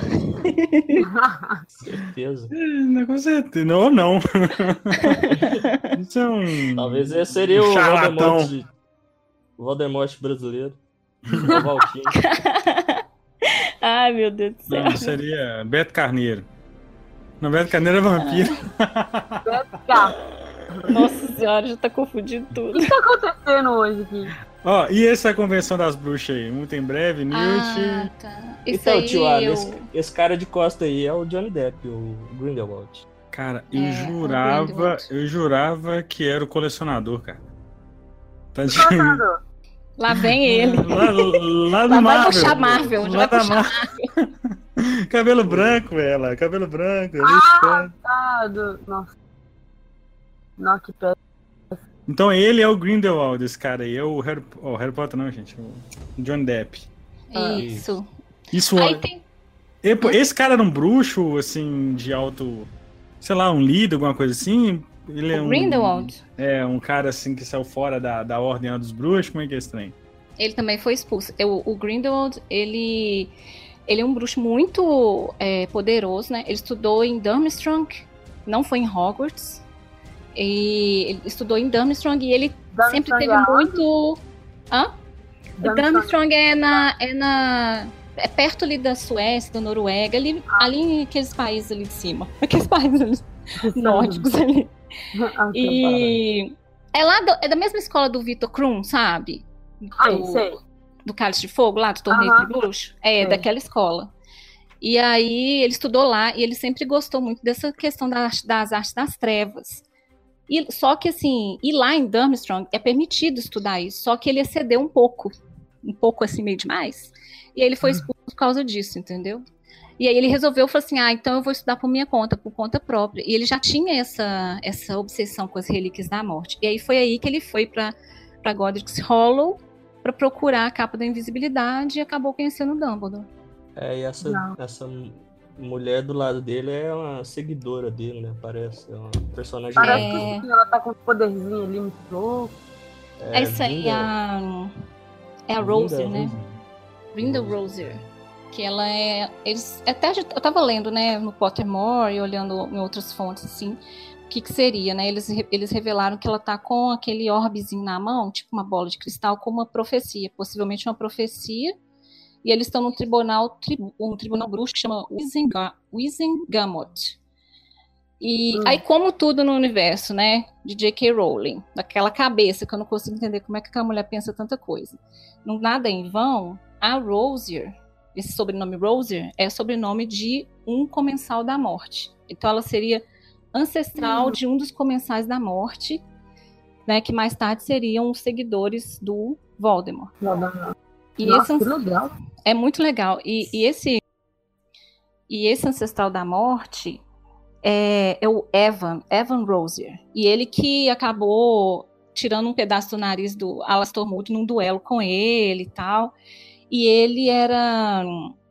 Certeza. Não, com certeza. Não. Isso é um. Talvez esse seria o Voldemort brasileiro. O Valkyrie. Ai, meu Deus do céu. Não, seria Beto Carneiro. Não, Beto Carneiro é vampiro. Beto Carneiro. Nossa senhora, já tá confundindo tudo. O que tá acontecendo hoje aqui? Ó, e essa convenção das bruxas aí? Muito em breve, Newt. Tá. Isso Então, aí, tio Adam, esse cara de costa aí é o Johnny Depp, o Grindelwald. Cara, eu jurava que era o colecionador, cara. Tá de... Lá vem ele. Lá do Marvel. Vai puxar Marvel. Lá da Marvel. Cabelo branco, ela. Cabelo branco. Nossa. Não, que pé. Então ele é o Grindelwald, esse cara aí. É o Harry Potter, não, gente. O Johnny Depp. Isso. Aí tem... Esse cara era um bruxo, assim, de alto... Sei lá, um líder, alguma coisa assim? Ele é Grindelwald? É, um cara, assim, que saiu fora da ordem dos bruxos. Como é que é esse trem? Ele também foi expulso. O Grindelwald, ele é um bruxo muito poderoso, né? Ele estudou em Durmstrang, não foi em Hogwarts. E ele estudou em Durmstrang e ele sempre teve muito... Hã? Durmstrang é perto ali da Suécia, da Noruega, ali aqueles países ali de cima. Aqueles países ali, nórdicos ali. E é da mesma escola do Victor Krum, sabe? Sei. Do Cálice de Fogo, lá do Torneio de Bruxo. Daquela escola. E aí ele estudou lá e ele sempre gostou muito dessa questão das artes das trevas. Só que assim, e lá em Durmstrang é permitido estudar isso, só que ele excedeu um pouco assim, meio demais. E aí ele foi expulso por causa disso, entendeu? E aí ele resolveu, falou assim, então eu vou estudar por minha conta, por conta própria. E ele já tinha essa obsessão com as relíquias da morte. E aí foi aí que ele foi pra Godric's Hollow pra procurar a capa da invisibilidade e acabou conhecendo o Dumbledore. E essa mulher do lado dele é uma seguidora dele, né? Parece. É uma personagem. Parece que ela tá com um poderzinho ali muito louco. Essa aí é a Rosier, né? Grindelwald Rosier. Que ela é... eu tava lendo, né, no Pottermore e olhando em outras fontes, assim, o que seria, né? Eles revelaram que ela tá com aquele orbezinho na mão, tipo uma bola de cristal, com uma profecia, possivelmente uma profecia. E eles estão num tribunal bruxo que chama Wizengamot. E aí, como tudo no universo, né, de J.K. Rowling, daquela cabeça que eu não consigo entender como é que aquela mulher pensa tanta coisa. Nada em vão, a Rosier, esse sobrenome Rosier, é sobrenome de um comensal da morte. Então ela seria ancestral de um dos comensais da morte, né, que mais tarde seriam os seguidores do Voldemort. E nossa, que legal. É muito legal. E esse ancestral da morte é o Evan Rosier. E ele que acabou tirando um pedaço do nariz do Alastor Moody num duelo com ele e tal. E ele era...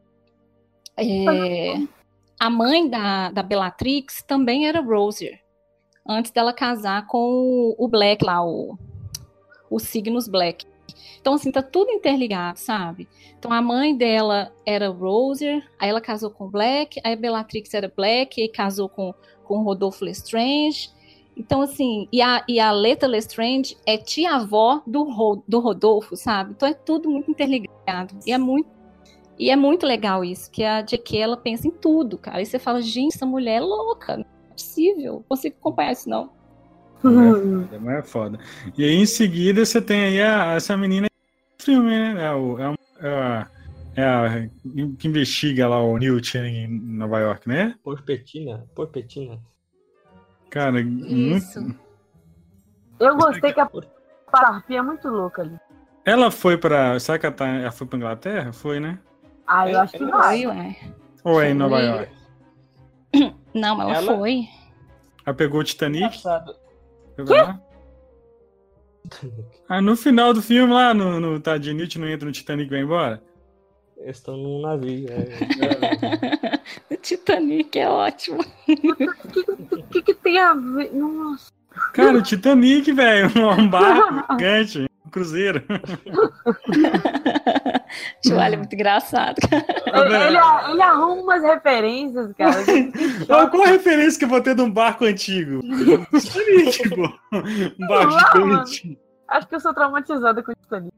a mãe da Bellatrix também era Rosier. Antes dela casar com o Black lá, o Signus Black. Então, assim, tá tudo interligado, sabe? Então, a mãe dela era Rosier, aí ela casou com o Black, aí a Bellatrix era Black, e casou com o Rodolfo Lestrange. Então, assim, e a Leta Lestrange é tia-avó do Rodolfo, sabe? Então, é tudo muito interligado. E é muito legal isso, que a J.K. ela pensa em tudo, cara. Aí você fala, gente, essa mulher é louca, não é possível, não consigo acompanhar isso, não. É foda. E aí, em seguida, você tem aí essa menina do filme, né? É a que investiga lá o Newt em Nova York, né? Porpetina. Cara, isso. Eu gostei que Harpia é muito louca ali. Ela foi pra... Será que ela foi pra Inglaterra? Foi, né? Ah, eu acho que vai. Ué. Ou é em Nova York? Não, mas ela foi. Ela pegou o Titanic? Engraçado. Foi pra lá? Ah, no final do filme lá, no Tadinho Nietzsche não entra no Titanic e vai embora? Eles estão num navio. O Titanic é ótimo. O que tem a ver? Nossa. Cara, o Titanic, velho, um barco gigante, um cruzeiro. Joalho é muito engraçado. Ele arruma umas referências, cara. Qual a referência que eu vou ter de um barco antigo? Titanic, pô. Um barco gigante. Acho que eu sou traumatizada com o Titanic.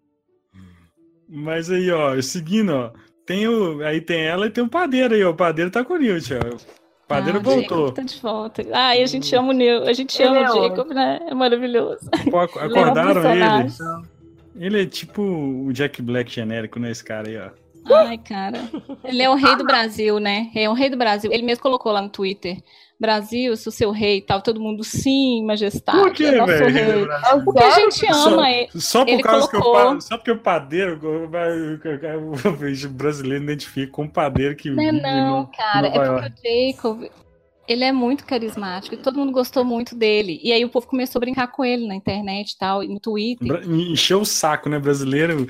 Mas aí, ó, seguindo, ó, aí tem ela e tem o padeiro aí, ó. O padeiro tá com o Newt, ó. O padeiro voltou. Tá de volta. Ai, a gente ama o Newt, a gente ama o Jacob, né? É maravilhoso. Pô, acordaram ele. Ele é tipo o Jack Black genérico, né, esse cara aí, ó. Ai, cara. Ele é o rei do Brasil, né? É o rei do Brasil. Ele mesmo colocou lá no Twitter. Brasil, sou seu rei e tal. Todo mundo, sim, majestade. Por que, velho? Porque a gente ama ele. Só por ele causa colocou... só porque o padeiro, o brasileiro identifica com o padeiro que... Não, cara. É porque o Jacob, ele é muito carismático. E todo mundo gostou muito dele. E aí o povo começou a brincar com ele na internet e tal, no Twitter. Encheu o saco, né, brasileiro...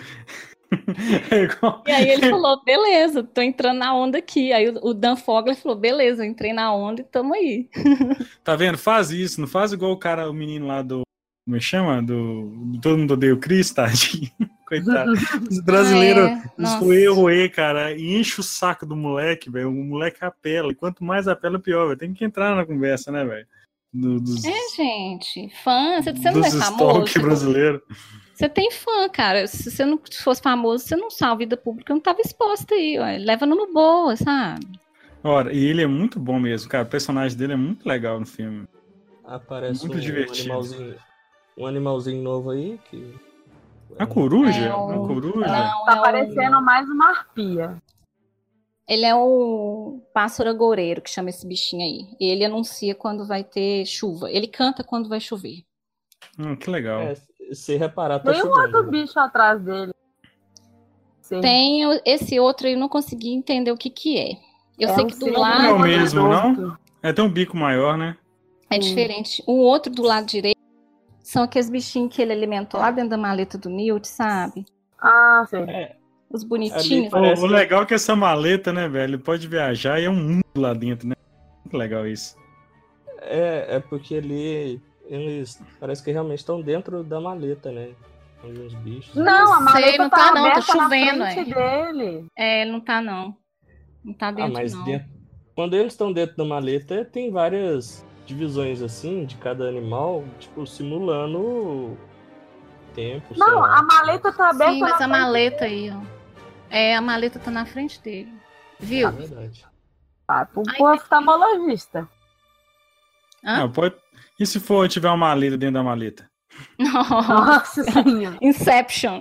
E aí ele falou, beleza, tô entrando na onda aqui. Aí o Dan Fogler falou, beleza, eu entrei na onda e tamo aí. Tá vendo? Faz isso, não faz igual o menino lá do... Como é que chama? Todo mundo odeia o Chris, tadinho. Coitado. Os brasileiros, roê, cara, e enche o saco do moleque, velho. O moleque apela, e quanto mais apela, pior, velho. Tem que entrar na conversa, né, velho? Gente, fã, você não é famoso. Brasileiro. Você tem fã, cara. Se você não fosse famoso, você não salva a vida pública, não tava exposta aí, ó. Leva no boa, sabe? Ora, e ele é muito bom mesmo, cara. O personagem dele é muito legal no filme. Aparece muito divertido. Um animalzinho novo aí que... A coruja? A coruja? Não, tá parecendo mais uma arpia. Ele é o pássaro agoureiro, que chama esse bichinho aí. E ele anuncia quando vai ter chuva. Ele canta quando vai chover. Que legal. Se reparar, tá tem chovendo. Um outro bicho atrás dele. Sim. Tem esse outro, eu não consegui entender o que é. Eu sei que do lado... Não é o mesmo, não? Tem um bico maior, né? É diferente. O outro do lado direito são aqueles bichinhos que ele alimentou lá dentro da maleta do Newt, sabe? Ah, sim. Os bonitinhos. O legal é que essa maleta, né, velho? Ele pode viajar e é um mundo lá dentro, né? Muito legal isso. É porque eles parece que realmente estão dentro da maleta, né? Alguns bichos. Não, a maleta não tá não, tá chovendo, na frente dele. Não tá não. Não tá dentro, mas não. Quando eles estão dentro da maleta, tem várias divisões, assim, de cada animal, tipo, simulando tempo. Não, a maleta tá aberta. Sim, mas a maleta aí, ó. A maleta tá na frente dele. Viu? É verdade. Pro oftalmologista. Não, pode... E se tiver uma maleta dentro da maleta? Nossa senhora. Inception.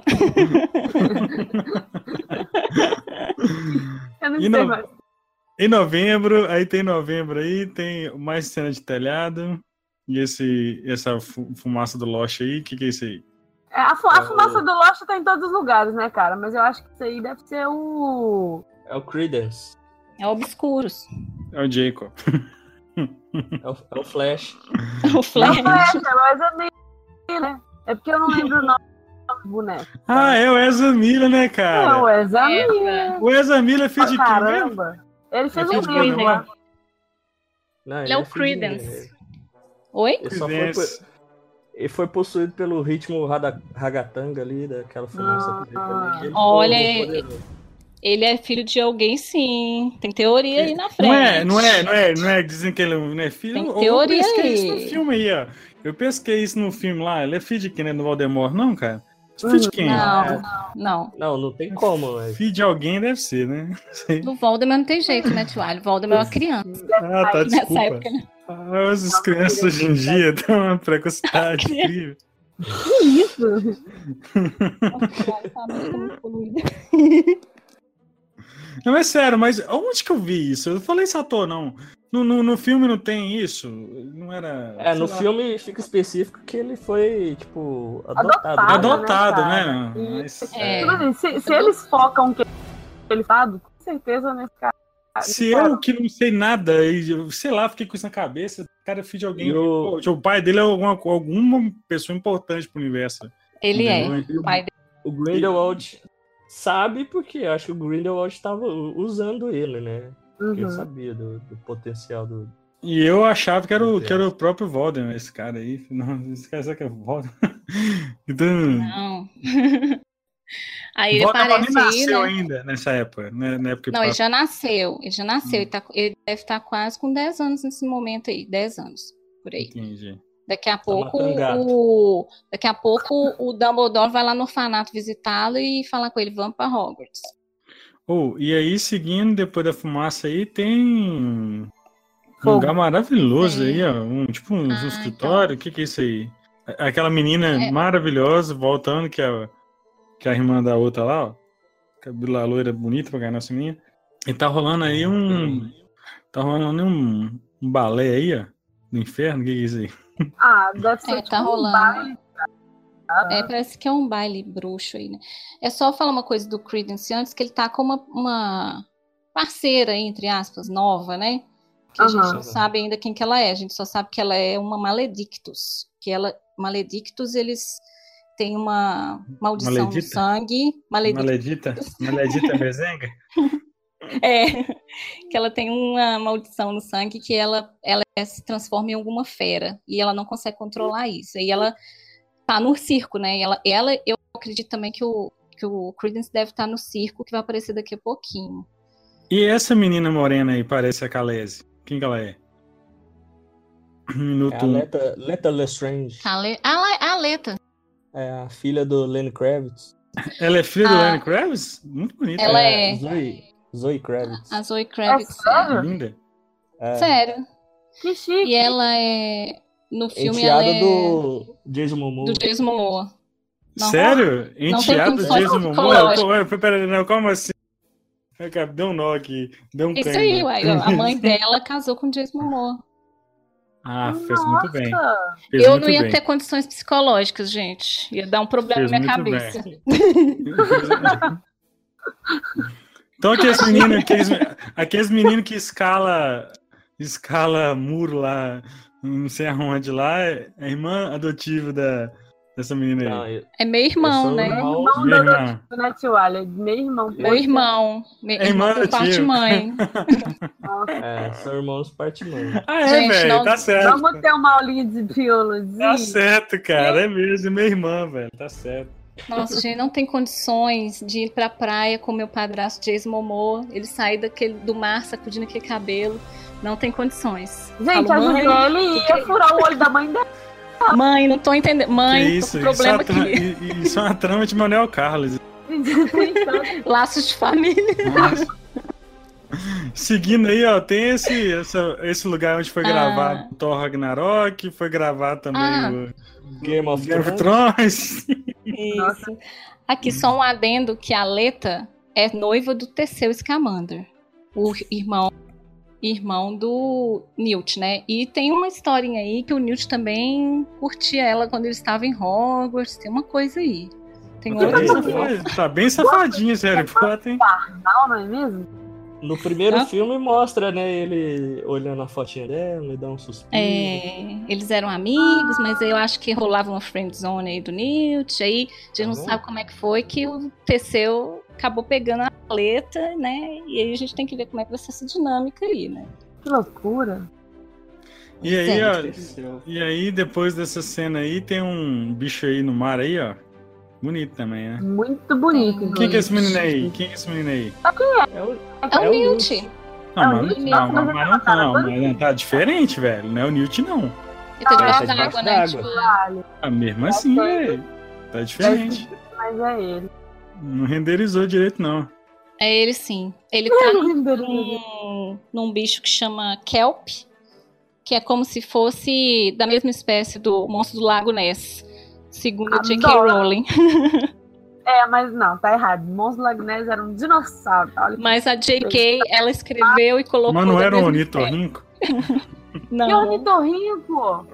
Eu não sei mais. Em novembro, tem mais cena de telhado. E essa fumaça do Lost aí, o que é isso aí? A fumaça do Lost tá em todos os lugares, né, cara? Mas eu acho que isso aí deve ser o... É o Creedence. É o Obscuros. É o Jacob. É o Flash. O Flash. Mas é meio, né? É porque eu não lembro o nome do boneco. É o Ezra Miller, né, cara? É o Ezra Miller. O Ezra Miller fez de quem mesmo? Ele fez um filme lá. Ele é o Creedence. Oi? Ele foi possuído pelo ritmo ragatanga ali, daquela fumaça. Olha, ele é filho de alguém, sim. Tem teoria aí na frente. Não é. Dizem que ele não é filho. Tem teoria eu pesquei aí. Isso no filme aí, ó. Eu pesquei isso no filme lá. Ele é filho de quem, né? Do Voldemort, não, cara? Filho de quem? Não tem como. Mas... Filho de alguém deve ser, né? Do Voldemort não tem jeito, né, Tio? Voldemort é uma criança. Tá, desculpa. Nessa época, né? As crianças hoje em dia têm uma precocidade incrível. Que isso? Não, é sério, mas onde que eu vi isso? Eu falei isso à toa, não. No filme não tem isso? Não era... No filme fica específico que ele foi, tipo, adotado. Adotado, né, né? Mas, É. se eles focam que ele sabe, com certeza nesse cara. Se eu que não sei nada, e sei lá, fiquei com isso na cabeça, o cara é filho de alguém. O pai dele é alguma pessoa importante pro universo. Ele é. Entendeu? O pai dele. O Grindelwald sabe porque eu acho que o Grindelwald estava usando ele, né? Porque ele sabia do potencial do... E eu achava que era o próprio Voldemort, esse cara aí. Não, esse cara sabe que é Voldemort. Então... Não. Aí ele Voldemort aparece nem aí, nasceu né? ainda nessa época, né? Na época que Não, ele já nasceu. Ele deve estar quase com 10 anos nesse momento aí. 10 anos, por aí. Entendi. Daqui a pouco matando o Dumbledore vai lá no orfanato visitá-lo e falar com ele, vamos para Hogwarts. E aí, seguindo, depois da fumaça aí, tem um Fogo. lugar maravilhoso Sim. aí, ó. Um escritório. O que é isso aí? Aquela menina É. maravilhosa voltando, que é a irmã da outra lá, ó. Cabelo loira bonita pra ganhar nossa menina. E tá rolando aí um balé aí, ó. Do inferno, o que é isso aí? Deve ser Tá rolando. baile. Parece que é um baile bruxo aí, né? É só falar uma coisa do Credence antes, que ele tá com uma parceira, entre aspas, nova, né? Que a gente não sabe ainda quem que ela é. A gente só sabe que ela é uma Maledictus. Maledictus, eles têm uma maldição no sangue. Maledita mezenga? Que ela tem uma maldição no sangue que ela se transforma em alguma fera. E ela não consegue controlar isso. E ela tá no circo, né? Eu acredito também que o Credence deve estar no circo, que vai aparecer daqui a pouquinho. E essa menina morena aí, parece a Khaleesi. Quem que ela é? Minuto a Leta Lestrange. A Leta. É a filha do Lenny Kravitz. Ela é filha do Lenny Kravitz? Muito bonita. Ela é. Zoe Kravitz. A Zoe Kravitz. Sério? Linda. Sério. Que chique. E ela é... No filme enteada ela é... do Jason Momoa. Do Jason Momoa. Sério? Enteado do Jason Momoa? Peraí, não, como assim? Deu um nó aqui. Deu um Isso câmbio. aí, uai. A mãe dela casou com o Jason Momoa. Fez muito bem. Eu não ia ter condições psicológicas, gente. Ia dar um problema na minha cabeça. Então aqueles meninos que escala muro lá, não sei aonde lá, é a irmã adotiva dessa menina aí. É meu irmão, né? Meu irmão, né, tio Alê? Meu irmão. Meu irmão por parte mãe. São irmãos parte mãe. Velho, tá certo. Vamos ter uma aulinha de biologia. Tá certo, cara, é mesmo, minha irmã, velho, tá certo. Nossa, gente, não tem condições de ir pra praia com meu padrasto Jason Momoa, ele sair do mar sacudindo aquele cabelo, não tem condições. Gente, a Julielle ia furar o olho da mãe dela. Mãe, não tô entendendo. Mãe, tô com problema aqui. Isso é uma trama de Manuel Carlos. Laços de família. Nossa. Seguindo aí, ó, tem esse lugar onde foi gravado o Thor Ragnarok, foi gravado também o Game of Thrones. Isso. Aqui só um adendo que a Leta é noiva do Teseu Scamander, o irmão do Newt, né? E tem uma historinha aí que o Newt também curtia ela quando ele estava em Hogwarts, tem uma coisa aí. Tem tá bem safadinho esse Harry Potter, hein? Não é mesmo? No primeiro filme mostra, né, ele olhando a fotinha dela e dá um suspiro. Eles eram amigos, mas eu acho que rolava uma friendzone aí do Newt, aí a gente não sabe como é que foi que o Teseu acabou pegando a Leta, né, e aí a gente tem que ver como é que vai ser essa dinâmica aí, né. Que loucura. E aí, depois dessa cena aí, tem um bicho aí no mar aí, ó. Bonito também, né? Muito bonito. Quem que é esse menino aí? É o Newt. Mas tá diferente, velho. Não é o Newt, não. Ele tá debaixo d'água, né? Tipo... mesmo assim, velho. Tá diferente. Mas é ele. Não renderizou direito, não. É ele sim. Ele tá num bicho que chama Kelp, que é como se fosse da mesma espécie do monstro do Lago Ness, segundo J.K. Rowling. Mas não, tá errado. Irmãos Lagnese era um dinossauro. Olha Mas a J.K., ela escreveu e colocou... Mas não era um ornitorrinco? Não. Que ornitorrinco?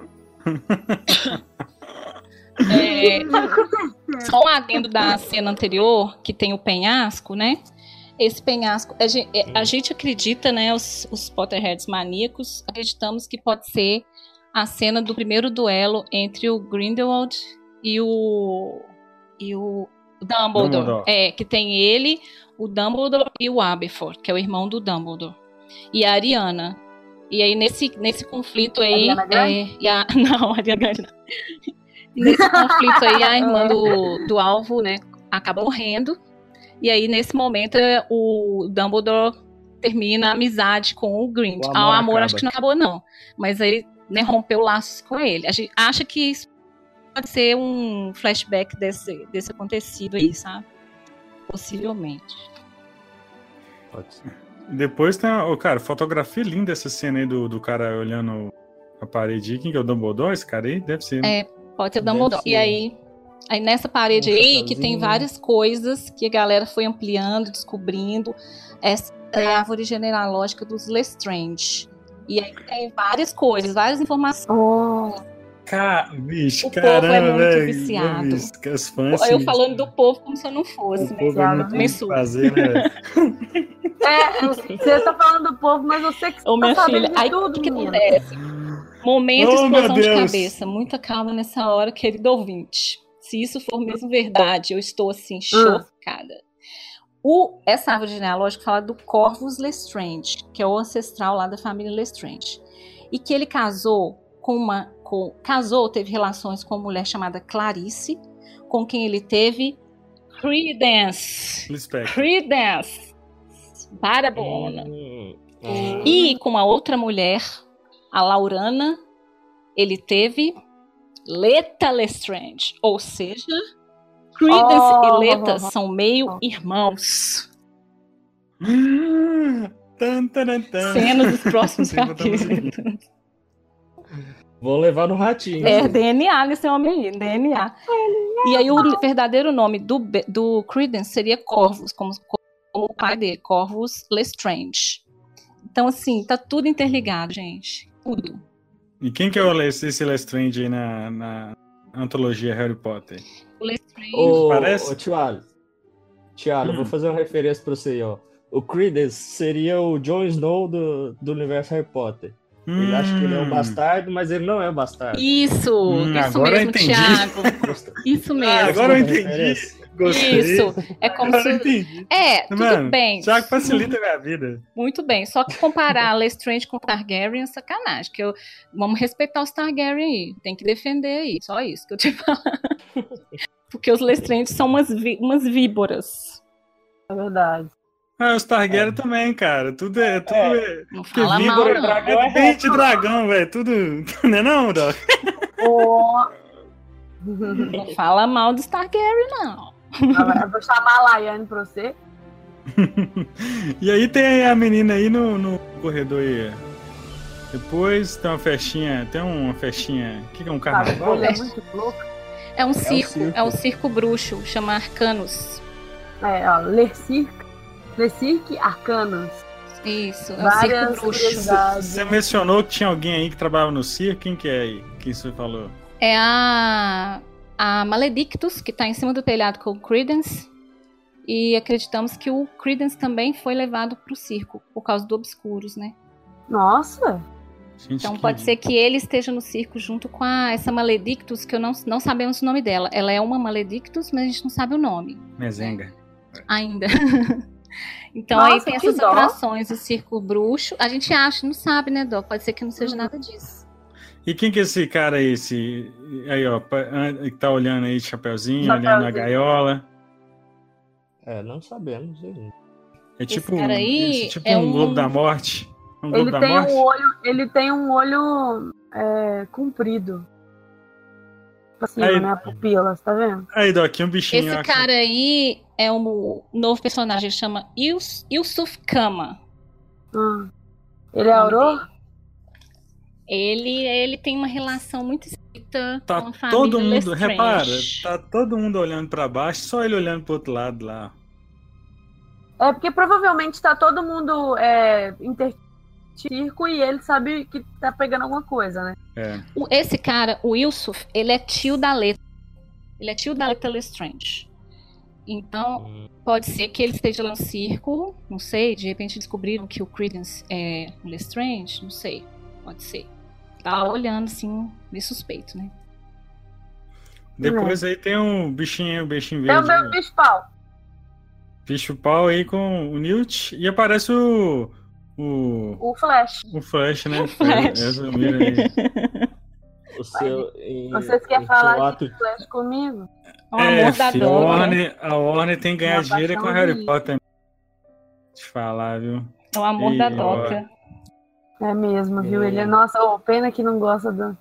Só um adendo da cena anterior, que tem o penhasco, né? Esse penhasco, a gente acredita, né? Os Potterheads maníacos, acreditamos que pode ser a cena do primeiro duelo entre o Grindelwald e o Dumbledore. Que tem ele, o Dumbledore e o Aberforth, que é o irmão do Dumbledore. E a Ariana. E aí, nesse conflito aí... Não, a Ariana Grande não. Nesse conflito aí, a irmã do alvo, né, acaba morrendo. E aí, nesse momento, o Dumbledore termina a amizade com o Grindelwald. O amor acho que não acabou, não. Mas aí, né, rompeu laços com ele. A gente acha que isso pode ser um flashback desse acontecido aí, sabe? Possivelmente. Pode ser. Depois tem fotografia linda essa cena aí do cara olhando a parede. Quem que é o Dumbledore? Esse cara aí? Deve ser. Pode ser o Dumbledore. E aí nessa parede aí que tem várias coisas que a galera foi ampliando, descobrindo. Essa é a árvore genealógica dos Lestrange. E aí tem várias coisas, várias informações. Bicho, o povo é muito véio, viciado. Os fãs, eu falando do povo como se eu não fosse, né? Fazer, né? Você tá falando do povo, mas eu sei que você minha tá filha, sabendo de tudo, o que acontece? Momento explosão de cabeça. Muita calma nessa hora, querido ouvinte. Se isso for mesmo verdade, eu estou assim, chocada. Essa árvore genealógica fala do Corvus Lestrange, que é o ancestral lá da família Lestrange. E que ele casou teve relações com uma mulher chamada Clarice, com quem ele teve Credence. Barabona. E com uma outra mulher, a Laurana, ele teve Leta Lestrange. Ou seja, Credence e Leta são meio irmãos. Cenas dos próximos capítulos. Vou levar no ratinho. DNA nesse homem aí, DNA. E aí o verdadeiro nome do Credence seria Corvus, como o pai dele, Corvus Lestrange. Então, assim, tá tudo interligado, gente. Tudo. E quem que é esse Lestrange aí na antologia Harry Potter? O Lestrange. Parece? Tiago, vou fazer uma referência pra você aí, ó. O Credence seria o Jon Snow do universo Harry Potter. Ele acha que ele é um bastardo, mas ele não é um bastardo. Isso agora mesmo, Thiago. Isso mesmo. Agora eu entendi. Gostei. Isso. É como agora eu entendi. Tudo bem. Thiago facilita a minha vida. Muito bem. Só que comparar Lestrange com Targaryen é sacanagem. Vamos respeitar os Targaryen aí. Tem que defender aí. Só isso que eu te falo. Porque os Lestrange são umas víboras. É verdade. Os Targaryen também, cara. Tudo é. Não fala mal, não. Dragão é de dragão, velho. Tudo. Não é não, Doc? Não fala mal dos Targaryen, não. Eu vou chamar a Laiane pra você. E aí tem a menina aí no corredor aí. Depois tem uma festinha. O que é um carnaval? É muito louco. É um circo bruxo, chama Arcanos. Lercirque Arcanos. Isso, é um circo bruxo. Você mencionou que tinha alguém aí que trabalhava no circo. Quem que é aí? Quem você falou? É a Maledictus, que tá em cima do telhado com o Credence. E acreditamos que o Credence também foi levado pro circo, por causa do Obscuros, né? Nossa! Gente, então pode ser que ele esteja no circo junto com essa Maledictus, que eu não sabemos o nome dela. Ela é uma Maledictus, mas a gente não sabe o nome. Mezenga. Ainda. Então Nossa, aí tem essas atrações, o circo bruxo. A gente acha, não sabe, né, Dó? Pode ser que não seja nada disso. E quem que é esse cara aí? Aí, ó, que tá olhando aí de chapeuzinho, olhando a gaiola. Não sabemos. É tipo, um Globo da Morte. Ele tem um olho comprido. Assim, aí, na pupila, tá vendo? Aí, Doc, um bichinho. Esse cara aí é um novo personagem, ele chama Yusuf Kama. Ele é Auror? Ele tem uma relação muito estreita Tá com a família todo mundo, Lestrange. repara, tá todo mundo olhando pra baixo, só ele olhando pro outro lado lá. É porque provavelmente tá todo mundo intercirco e ele sabe que tá pegando alguma coisa, né? Esse cara, o Yusuf, ele é tio da Leta. Ele é tio da Leta Lestrange. Então, pode ser que ele esteja lá no círculo, não sei, de repente descobriram que o Credence é Lestrange, não sei, pode ser. Tá olhando, assim, meio suspeito, né? Depois aí tem um bichinho verde. É o meu bicho-pau. Bicho-pau aí com o Newt e aparece o Flash. O Flash, né? O Flash. Essa mira aí. Vocês querem falar de Flash comigo? O amor da Doca. A Warner tem que ganhar dinheiro com Harry Potter. Deixa eu falar, viu? É o amor da Doca. É mesmo, viu? Ele é, nossa, pena que não gosta do...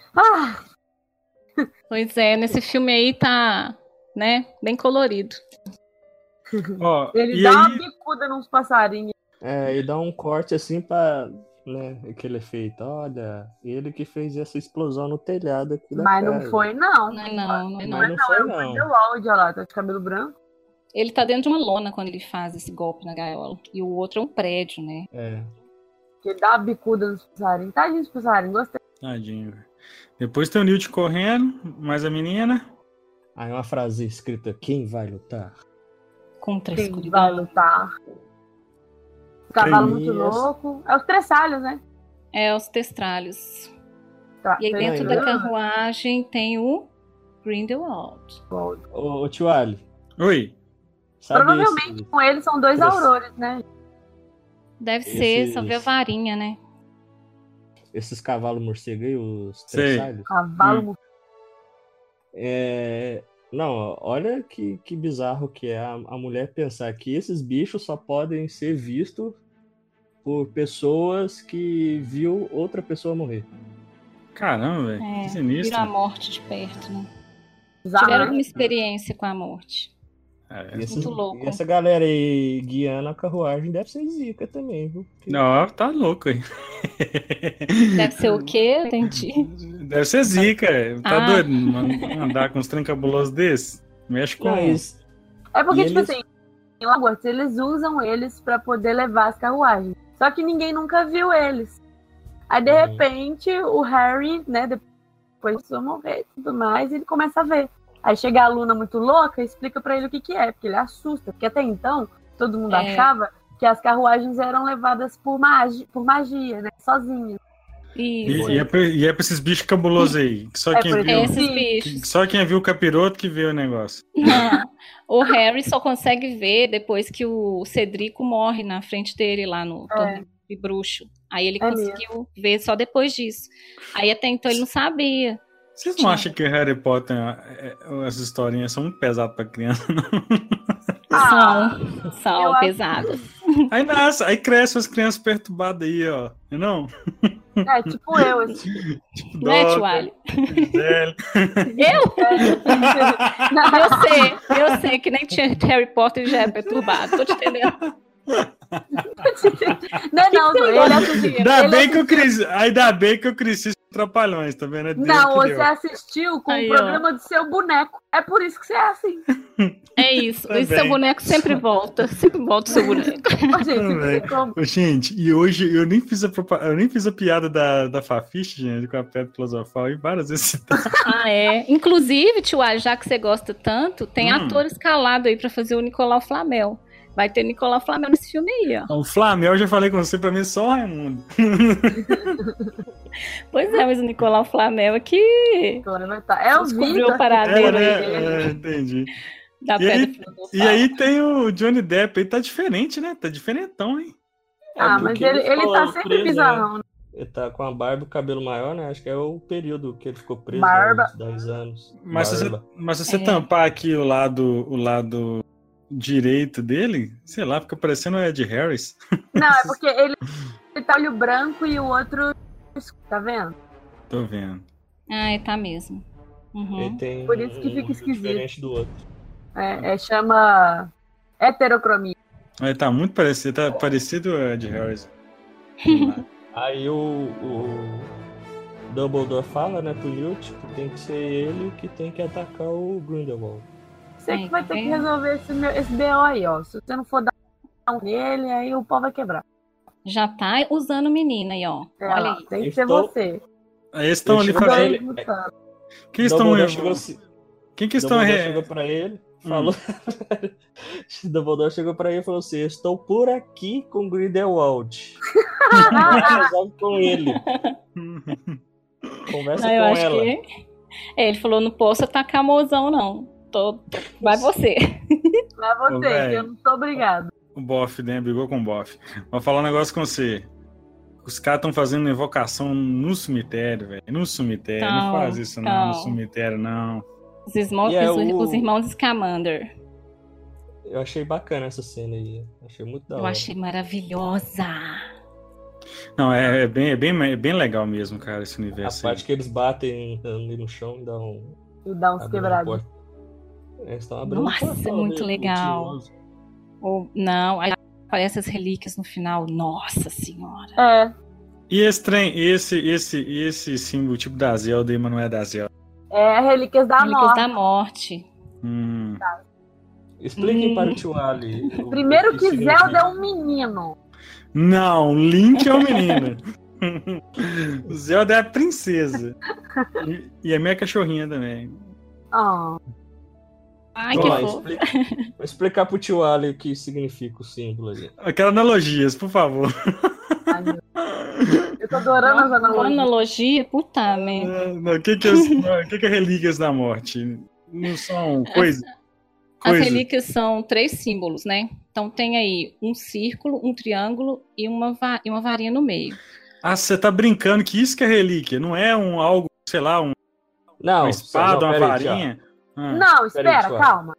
Pois é, nesse filme aí tá, né, bem colorido. Ele dá uma bicuda nos passarinhos. E dá um corte assim pra, né, aquele efeito. Olha, ele que fez essa explosão no telhado aqui da Mas casa. não foi, não. Não foi, não. É o Grindelwald, olha lá, tá de cabelo branco. Ele tá dentro de uma lona quando ele faz esse golpe na gaiola. E o outro é um prédio, né? Ele dá a bicuda nos passarinhos. Tadinho dos passarinhos, gostei. Tadinho, velho. Depois tem o Newt correndo, mais a menina. Aí uma frase escrita, quem vai lutar? Contra a Quem escuridão. vai lutar? O cavalo muito louco. É os Tressalhos, né? É, os Testralhos. Tá, E aí dentro da carruagem tem o Grindelwald. Ô tio Ali. Oi. Provavelmente com eles são dois aurores, né? Deve ser, só ver a varinha, né? Esses cavalos morcegos aí, os Tressalhos. Cavalo morcego. Não, olha que bizarro que é a mulher pensar que esses bichos só podem ser vistos por pessoas que viu outra pessoa morrer. Caramba, velho. Que sinistro. Viram a morte de perto, né? Exato. Tiveram uma experiência com a morte. Muito louco. E essa galera aí guiando a carruagem deve ser zica também, viu? Não, tá louco aí. Deve ser o quê? Entendi. Deve ser zica. Tá doido andar com uns trem cabulosos desses? Mexe com isso. É porque, tipo assim, em Hogwarts, eles usam eles pra poder levar as carruagens. Só que ninguém nunca viu eles. Aí, de repente, o Harry, né, depois de morrer e tudo mais, ele começa a ver. Aí chega a Luna muito louca e explica pra ele o que é, porque ele assusta. Porque até então, todo mundo achava que as carruagens eram levadas por magia, né? Sozinhas. E é pra esses bichos cabulosos aí. Só quem viu o capiroto que vê o negócio. Não. O Harry só consegue ver depois que o Cedrico morre na frente dele lá no torneio de bruxo. Aí ele conseguiu ver só depois disso. Aí até então ele não sabia. Vocês não acham que Harry Potter, as historinhas são muito pesadas pra criança, não? São pesadas. Aí crescem as crianças perturbadas aí, ó. Não? Tipo eu, assim. Tipo não é, tio Ali? Eu sei que nem Harry Potter já é perturbado, tô te entendendo. Ainda bem que eu cresci Trapalhões, tá vendo? Não, você assistiu com o programa do seu boneco. É por isso que você é assim. É isso. O seu boneco sempre volta. Sempre volta o seu boneco. Gente, e hoje eu nem fiz a piada da Fafiche, gente, com a Pedra Filosofal, e várias vezes. Inclusive, tio, já que você gosta tanto, tem ator escalado aí pra fazer o Nicolau Flamel. Vai ter Nicolau Flamel nesse filme aí, ó. O Flamel, eu já falei com você, pra mim é só o Raimundo. Pois é, mas o Nicolau Flamel aqui é o descobriu o paradeiro aí. Entendi. Da Pedra Filosofal. E aí tem o Johnny Depp, ele tá diferente, né? Tá diferentão, hein? Mas ele tá sempre preso, bizarrão, né? Ele tá com a barba e o cabelo maior, né? Acho que é o período que ele ficou preso, barba. Uns 10 anos. Mas se você tampar aqui o lado direito dele, sei lá, fica parecendo o Ed Harris. Não, é porque ele tá olho branco e o outro, tá vendo? Tô vendo. Tá mesmo. Ele tem por isso que fica esquisito. Diferente do outro. Chama heterocromia. Ele tá muito parecido, o Ed Harris. Aí Dumbledore fala, né, pro Newt que tem que ser ele que tem que atacar o Grindelwald. Você que vai ter que resolver esse BO aí, ó. Se você não for dar um nele, aí o pau vai quebrar. Já tá usando menina aí, ó. Olha aí. Tem que ser você. Eles estão ali fazendo. Quem estão Quem que estão chegou pra ele, falou. Dumbledore chegou pra ele e falou assim: eu estou por aqui com Grindelwald. Resolve com ele. Conversa com ela. Ele falou: não posso atacar mozão, não. Vai você. Vai você, que eu não tô obrigado. O Boff, né? Brigou com o Boff. Vou falar um negócio com você. Os caras estão fazendo uma invocação no cemitério, velho. No cemitério. Não faz isso, não. No cemitério, não. Os irmãos Scamander. Eu achei bacana essa cena aí. Achei muito da hora. Eu achei maravilhosa. Não, é bem legal mesmo, cara, esse universo. A parte que eles batem ali no chão e dá uns quebrados. Nossa, é muito legal. Não, aí aparecem as relíquias no final. Nossa senhora. E esse trem, esse símbolo tipo da Zelda, mas não é da Zelda. É Relíquias da Morte. Expliquem para o tio Ali. Primeiro que Zelda é um menino. Não, Link é o menino. Zelda é a princesa. E a minha cachorrinha também. Ai, que fofo. Vou explicar pro tio Ali o que significa o símbolo ali. Eu quero analogias, por favor. Eu tô adorando as analogias. Analogia? Puta merda. O que é Relíquias da Morte? Não são coisas? As relíquias são 3 símbolos, né? Então tem aí um círculo, um triângulo e uma varinha no meio. Você tá brincando que isso que é relíquia? Não é algo, sei lá, uma espada, uma varinha? Não, espera, calma.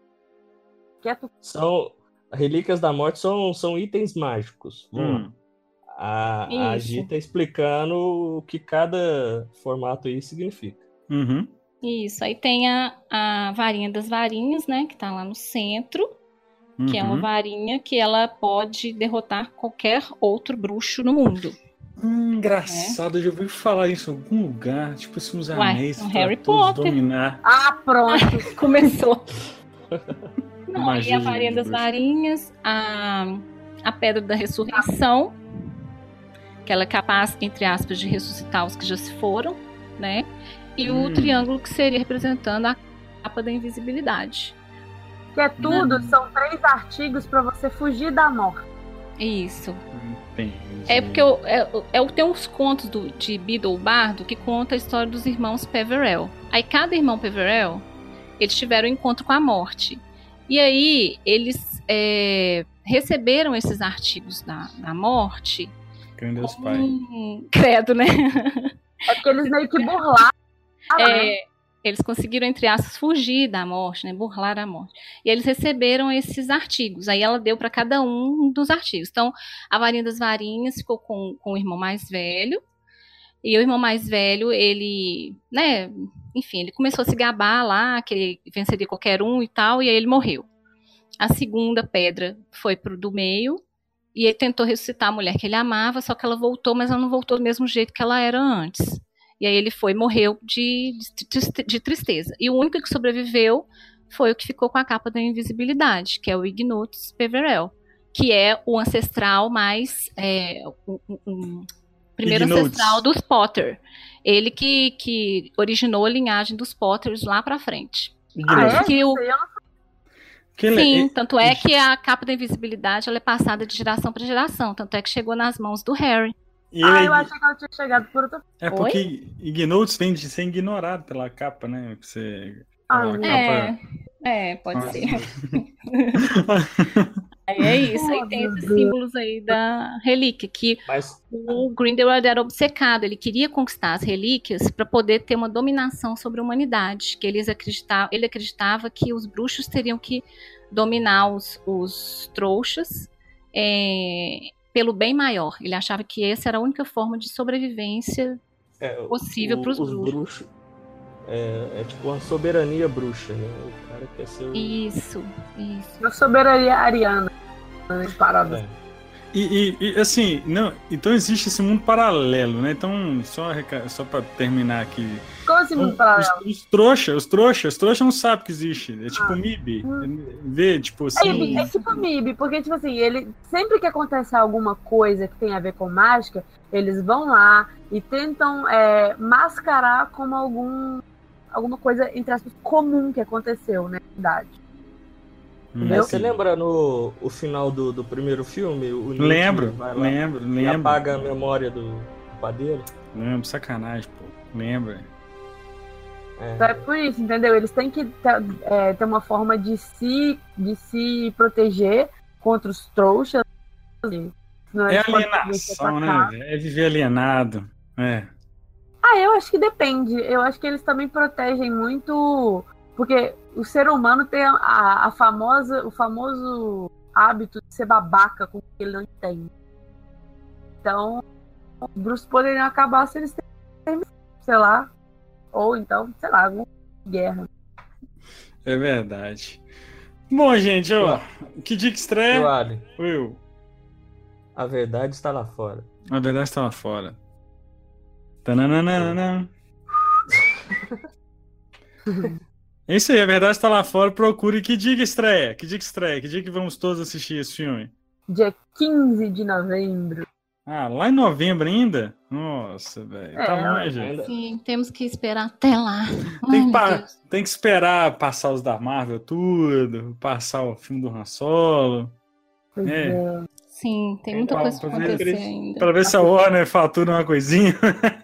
Relíquias da Morte são itens mágicos. A Gi tá explicando o que cada formato aí significa. Uhum. Isso, aí tem a varinha das varinhas, né, que tá lá no centro, que é uma varinha que ela pode derrotar qualquer outro bruxo no mundo. Engraçado, eu já ouvi falar isso em algum lugar, tipo assim, uns anéis no Harry Potter. Dominar. Pronto. Começou. Não, aí a varinha das varinhas, a pedra da ressurreição, que ela é capaz, entre aspas, de ressuscitar os que já se foram, né? E o triângulo que seria representando a capa da invisibilidade. Que é tudo, são 3 artigos para você fugir da morte. Isso. Entendi. É porque tem uns contos de Beedle o Bardo que conta a história dos irmãos Peverell. Aí cada irmão Peverell, eles tiveram um encontro com a morte. E aí eles receberam esses artigos da morte. Deus Pai. Credo, né? É porque eles meio que burlaram. Eles conseguiram, entre aspas, fugir da morte, né? Burlar a morte. E eles receberam esses artigos. Aí ela deu para cada um dos artigos. Então, a varinha das varinhas ficou com o irmão mais velho. E o irmão mais velho, ele, né? Enfim, ele começou a se gabar lá, que ele venceria qualquer um e tal, e aí ele morreu. A segunda pedra foi pro do meio. E ele tentou ressuscitar a mulher que ele amava, só que ela voltou, mas ela não voltou do mesmo jeito que ela era antes. E aí ele morreu de tristeza. E o único que sobreviveu foi o que ficou com a capa da invisibilidade, que é o Ignotus Peverell, que é o ancestral mais... primeiro ancestral dos Potter. Ele que originou a linhagem dos Potters lá pra frente. Sim, tanto é que a capa da invisibilidade ela é passada de geração para geração, tanto é que chegou nas mãos do Harry. Eu achei que ela tinha chegado por outra... porque Ignotus vem de ser ignorado pela capa, né? Pode ser. É isso, aí tem esses símbolos aí da relíquia, que o Grindelwald era obcecado, ele queria conquistar as relíquias para poder ter uma dominação sobre a humanidade, que ele acreditava que os bruxos teriam que dominar os trouxas pelo bem maior. Ele achava que essa era a única forma de sobrevivência possível para os bruxos. É tipo uma soberania bruxa, né? O cara quer ser Isso. Uma soberania ariana. Assim, não, então existe esse mundo paralelo, né? Então, só pra terminar aqui. Como esse mundo paralelo? Os trouxas não sabem que existe. É tipo MIB. Vê, tipo assim. É tipo MIB, porque, tipo assim, ele sempre que acontece alguma coisa que tem a ver com mágica, eles vão lá e tentam mascarar como alguma coisa, entre aspas, comum que aconteceu na cidade. Você lembra o final do primeiro filme? O Nick lembro. E apaga a memória do padeiro? Lembro, sacanagem, pô. Lembra. Então é por isso, entendeu? Eles têm que ter uma forma de se proteger contra os trouxas. É alienação, né? É viver alienado. Eu acho que depende. Eu acho que eles também protegem muito... Porque o ser humano tem o famoso hábito de ser babaca com o que ele não entende. Então, os bruxos poderiam acabar se eles têm, sei lá, ou então, sei lá, alguma guerra. É verdade. Bom, gente, que dia que estreia? Will. A verdade está lá fora. A verdade está lá fora. Tananana. É isso aí, a verdade está lá fora. Procure que dia que estreia. Que dia que vamos todos assistir esse filme? Dia 15 de novembro. Lá em novembro ainda? Nossa, velho. Tá longe. Sim, temos que esperar até lá. Tem que esperar passar os da Marvel tudo, passar o filme do Han Solo. Sim, tem muita coisa pra acontecer ainda. Pra ver se a Warner fatura uma coisinha.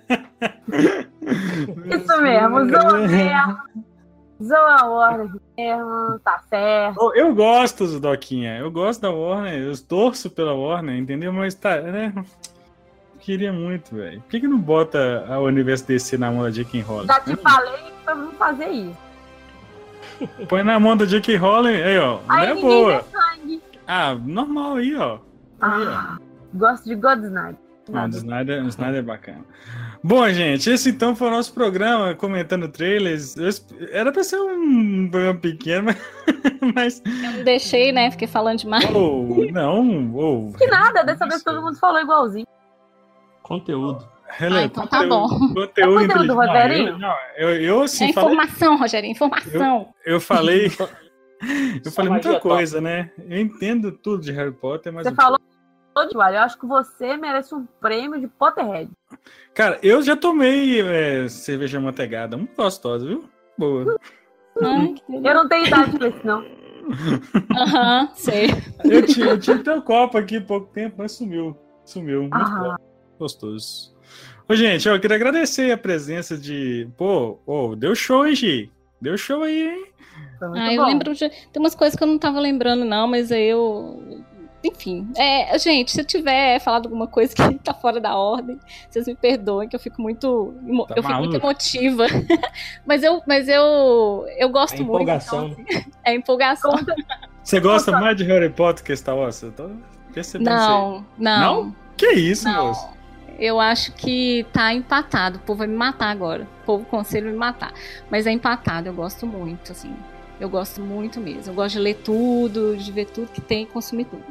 Isso mesmo, Zoa a Warner mesmo, tá certo. Eu gosto, Doquinha. Eu gosto da Warner, eu torço pela Warner, entendeu? Mas tá, né? Queria muito, velho. Por que não bota o universo DC na mão da J.K. Rowling? Já te falei pra não fazer isso. Põe na mão da J.K. Rowling, aí, ó. Não é boa. Normal aí, ó. Gosto de God Snyder. O Snyder é bacana. Bom, gente, esse então foi o nosso programa comentando trailers. Era pra ser um programa pequeno, mas... Eu não deixei, né? Fiquei falando demais. Que nada, dessa vez todo mundo falou igualzinho. Conteúdo. Então tá bom. Conteúdo, Rogerinho? Eu assim, informação, Rogerinho, informação. Eu falei muita coisa, né? Eu entendo tudo de Harry Potter, mas... Você falou eu acho que você merece um prêmio de Potterhead. Cara, eu já tomei cerveja manteigada, muito gostosa, viu? Boa. Eu não tenho idade pra isso, não. Sei. Eu tinha até um copo aqui há pouco tempo, mas sumiu. Muito bom. Gostoso. Ô, gente, eu queria agradecer a presença de... deu show, hein, Gi? Deu show aí, hein? Eu lembro de... Tem umas coisas que eu não tava lembrando, não, mas aí eu... Enfim, gente, se eu tiver falado alguma coisa que tá fora da ordem, vocês me perdoem, que eu fico muito, fico muito emotiva. mas eu gosto muito. Empolgação. Então, assim, empolgação. Você gosta mais de Harry Potter que Star Wars? Eu tô percebendo isso aí. Não. Que isso, moço? Eu acho que tá empatado. O povo vai me matar agora. O povo conselho me matar. Mas é empatado, eu gosto muito, assim. Eu gosto muito mesmo. Eu gosto de ler tudo, de ver tudo que tem e consumir tudo.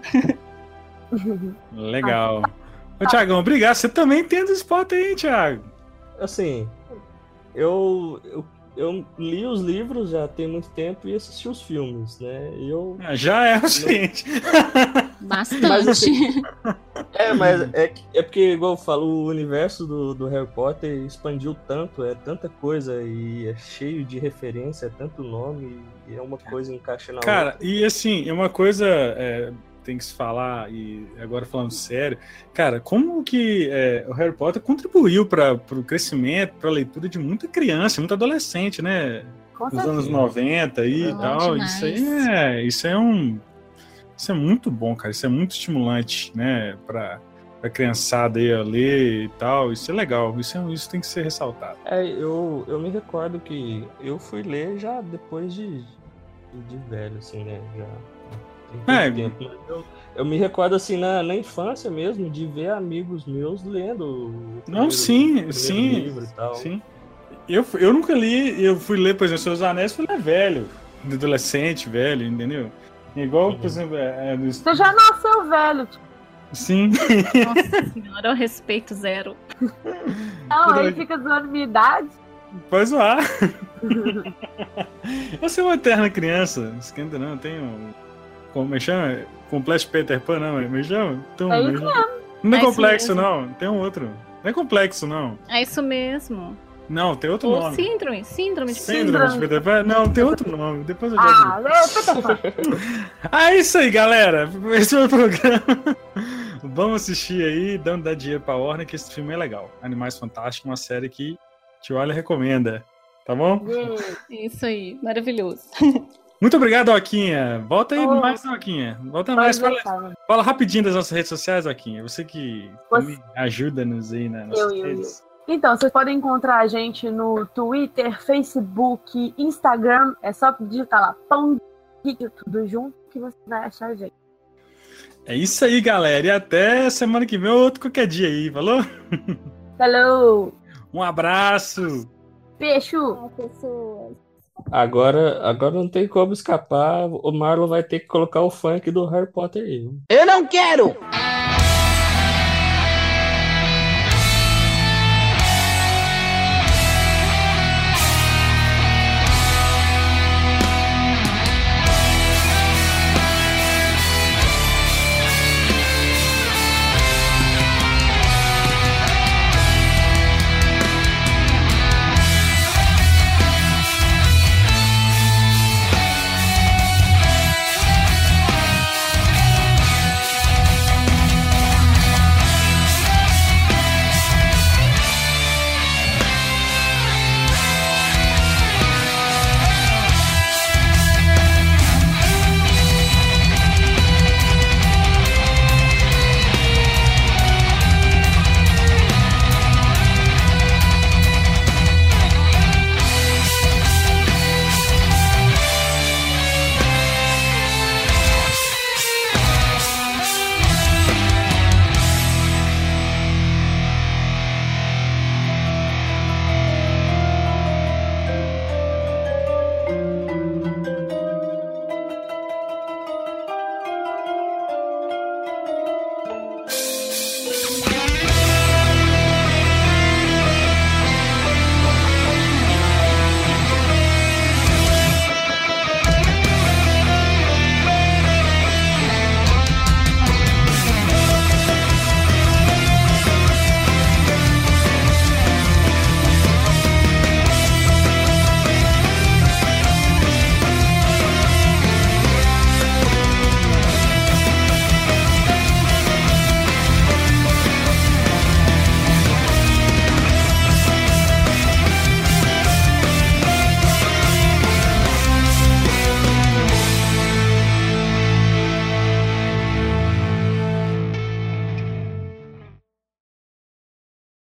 Legal. Ô, Thiagão, obrigado. Você também tem do spot aí, Thiago. Assim, eu li os livros já tem muito tempo e assisti os filmes, né? Já é o suficiente. Bastante. Mas, assim, mas é porque, igual eu falo, o universo do Harry Potter expandiu tanto, é tanta coisa e é cheio de referência, é tanto nome e é uma coisa encaixa na outra. Cara, e assim, é uma coisa... tem que se falar, e agora falando sério, cara, como que o Harry Potter contribuiu para o crescimento, para a leitura de muita criança, muito adolescente, né? Nos anos 90 e tal. Isso é muito bom, cara. Isso é muito estimulante, né? Para a criançada aí a ler e tal. Isso é legal. Isso tem que ser ressaltado. Eu me recordo que eu fui ler já depois de velho, assim, né? Tempo. Eu me recordo assim na infância mesmo de ver amigos meus lendo livro e tal. Sim. Eu nunca li, eu fui ler, por exemplo, Seus Anéis, fui ler velho, adolescente, velho, entendeu? Igual, por exemplo, Você já nasceu velho, tipo. Sim. Nossa senhora, eu respeito zero. Não, aí fica zoando minha idade. Pode zoar. Você é uma eterna criança. Esquenta não, tem um... Como me chama? Complexo Peter Pan, não, me chama? Então, É isso mesmo. Não é É isso complexo, mesmo. não. Tem um outro. Não é complexo, não. É isso mesmo. Não, tem outro Ou nome. síndrome de Síndrome de Peter Pan? Não, tem outro nome. Depois eu já Ah, digo. É isso aí, galera. Esse é o programa. Vamos assistir aí, dando dar dinheiro pra Warner, que esse filme é legal. Animais Fantásticos, uma série que Tio Olha recomenda. Tá bom? Isso aí, maravilhoso. Muito obrigado, Doquinha. Volta aí Oh. mais, Doquinha. Volta mais. Pode Fala, deixar. fala rapidinho das nossas redes sociais, Doquinha. Você que Você- também ajuda-nos aí nas nossas Eu. redes. Então, vocês podem encontrar a gente no Twitter, Facebook, Instagram. É só digitar lá, Pão Geek, tudo junto, que você vai achar a gente. É isso aí, galera. E até semana que vem ou outro qualquer dia aí, falou? Hello! Um abraço. Peixe! Pessoas. Agora não tem como escapar. O Marlon vai ter que colocar o funk do Harry Potter aí. Eu não quero!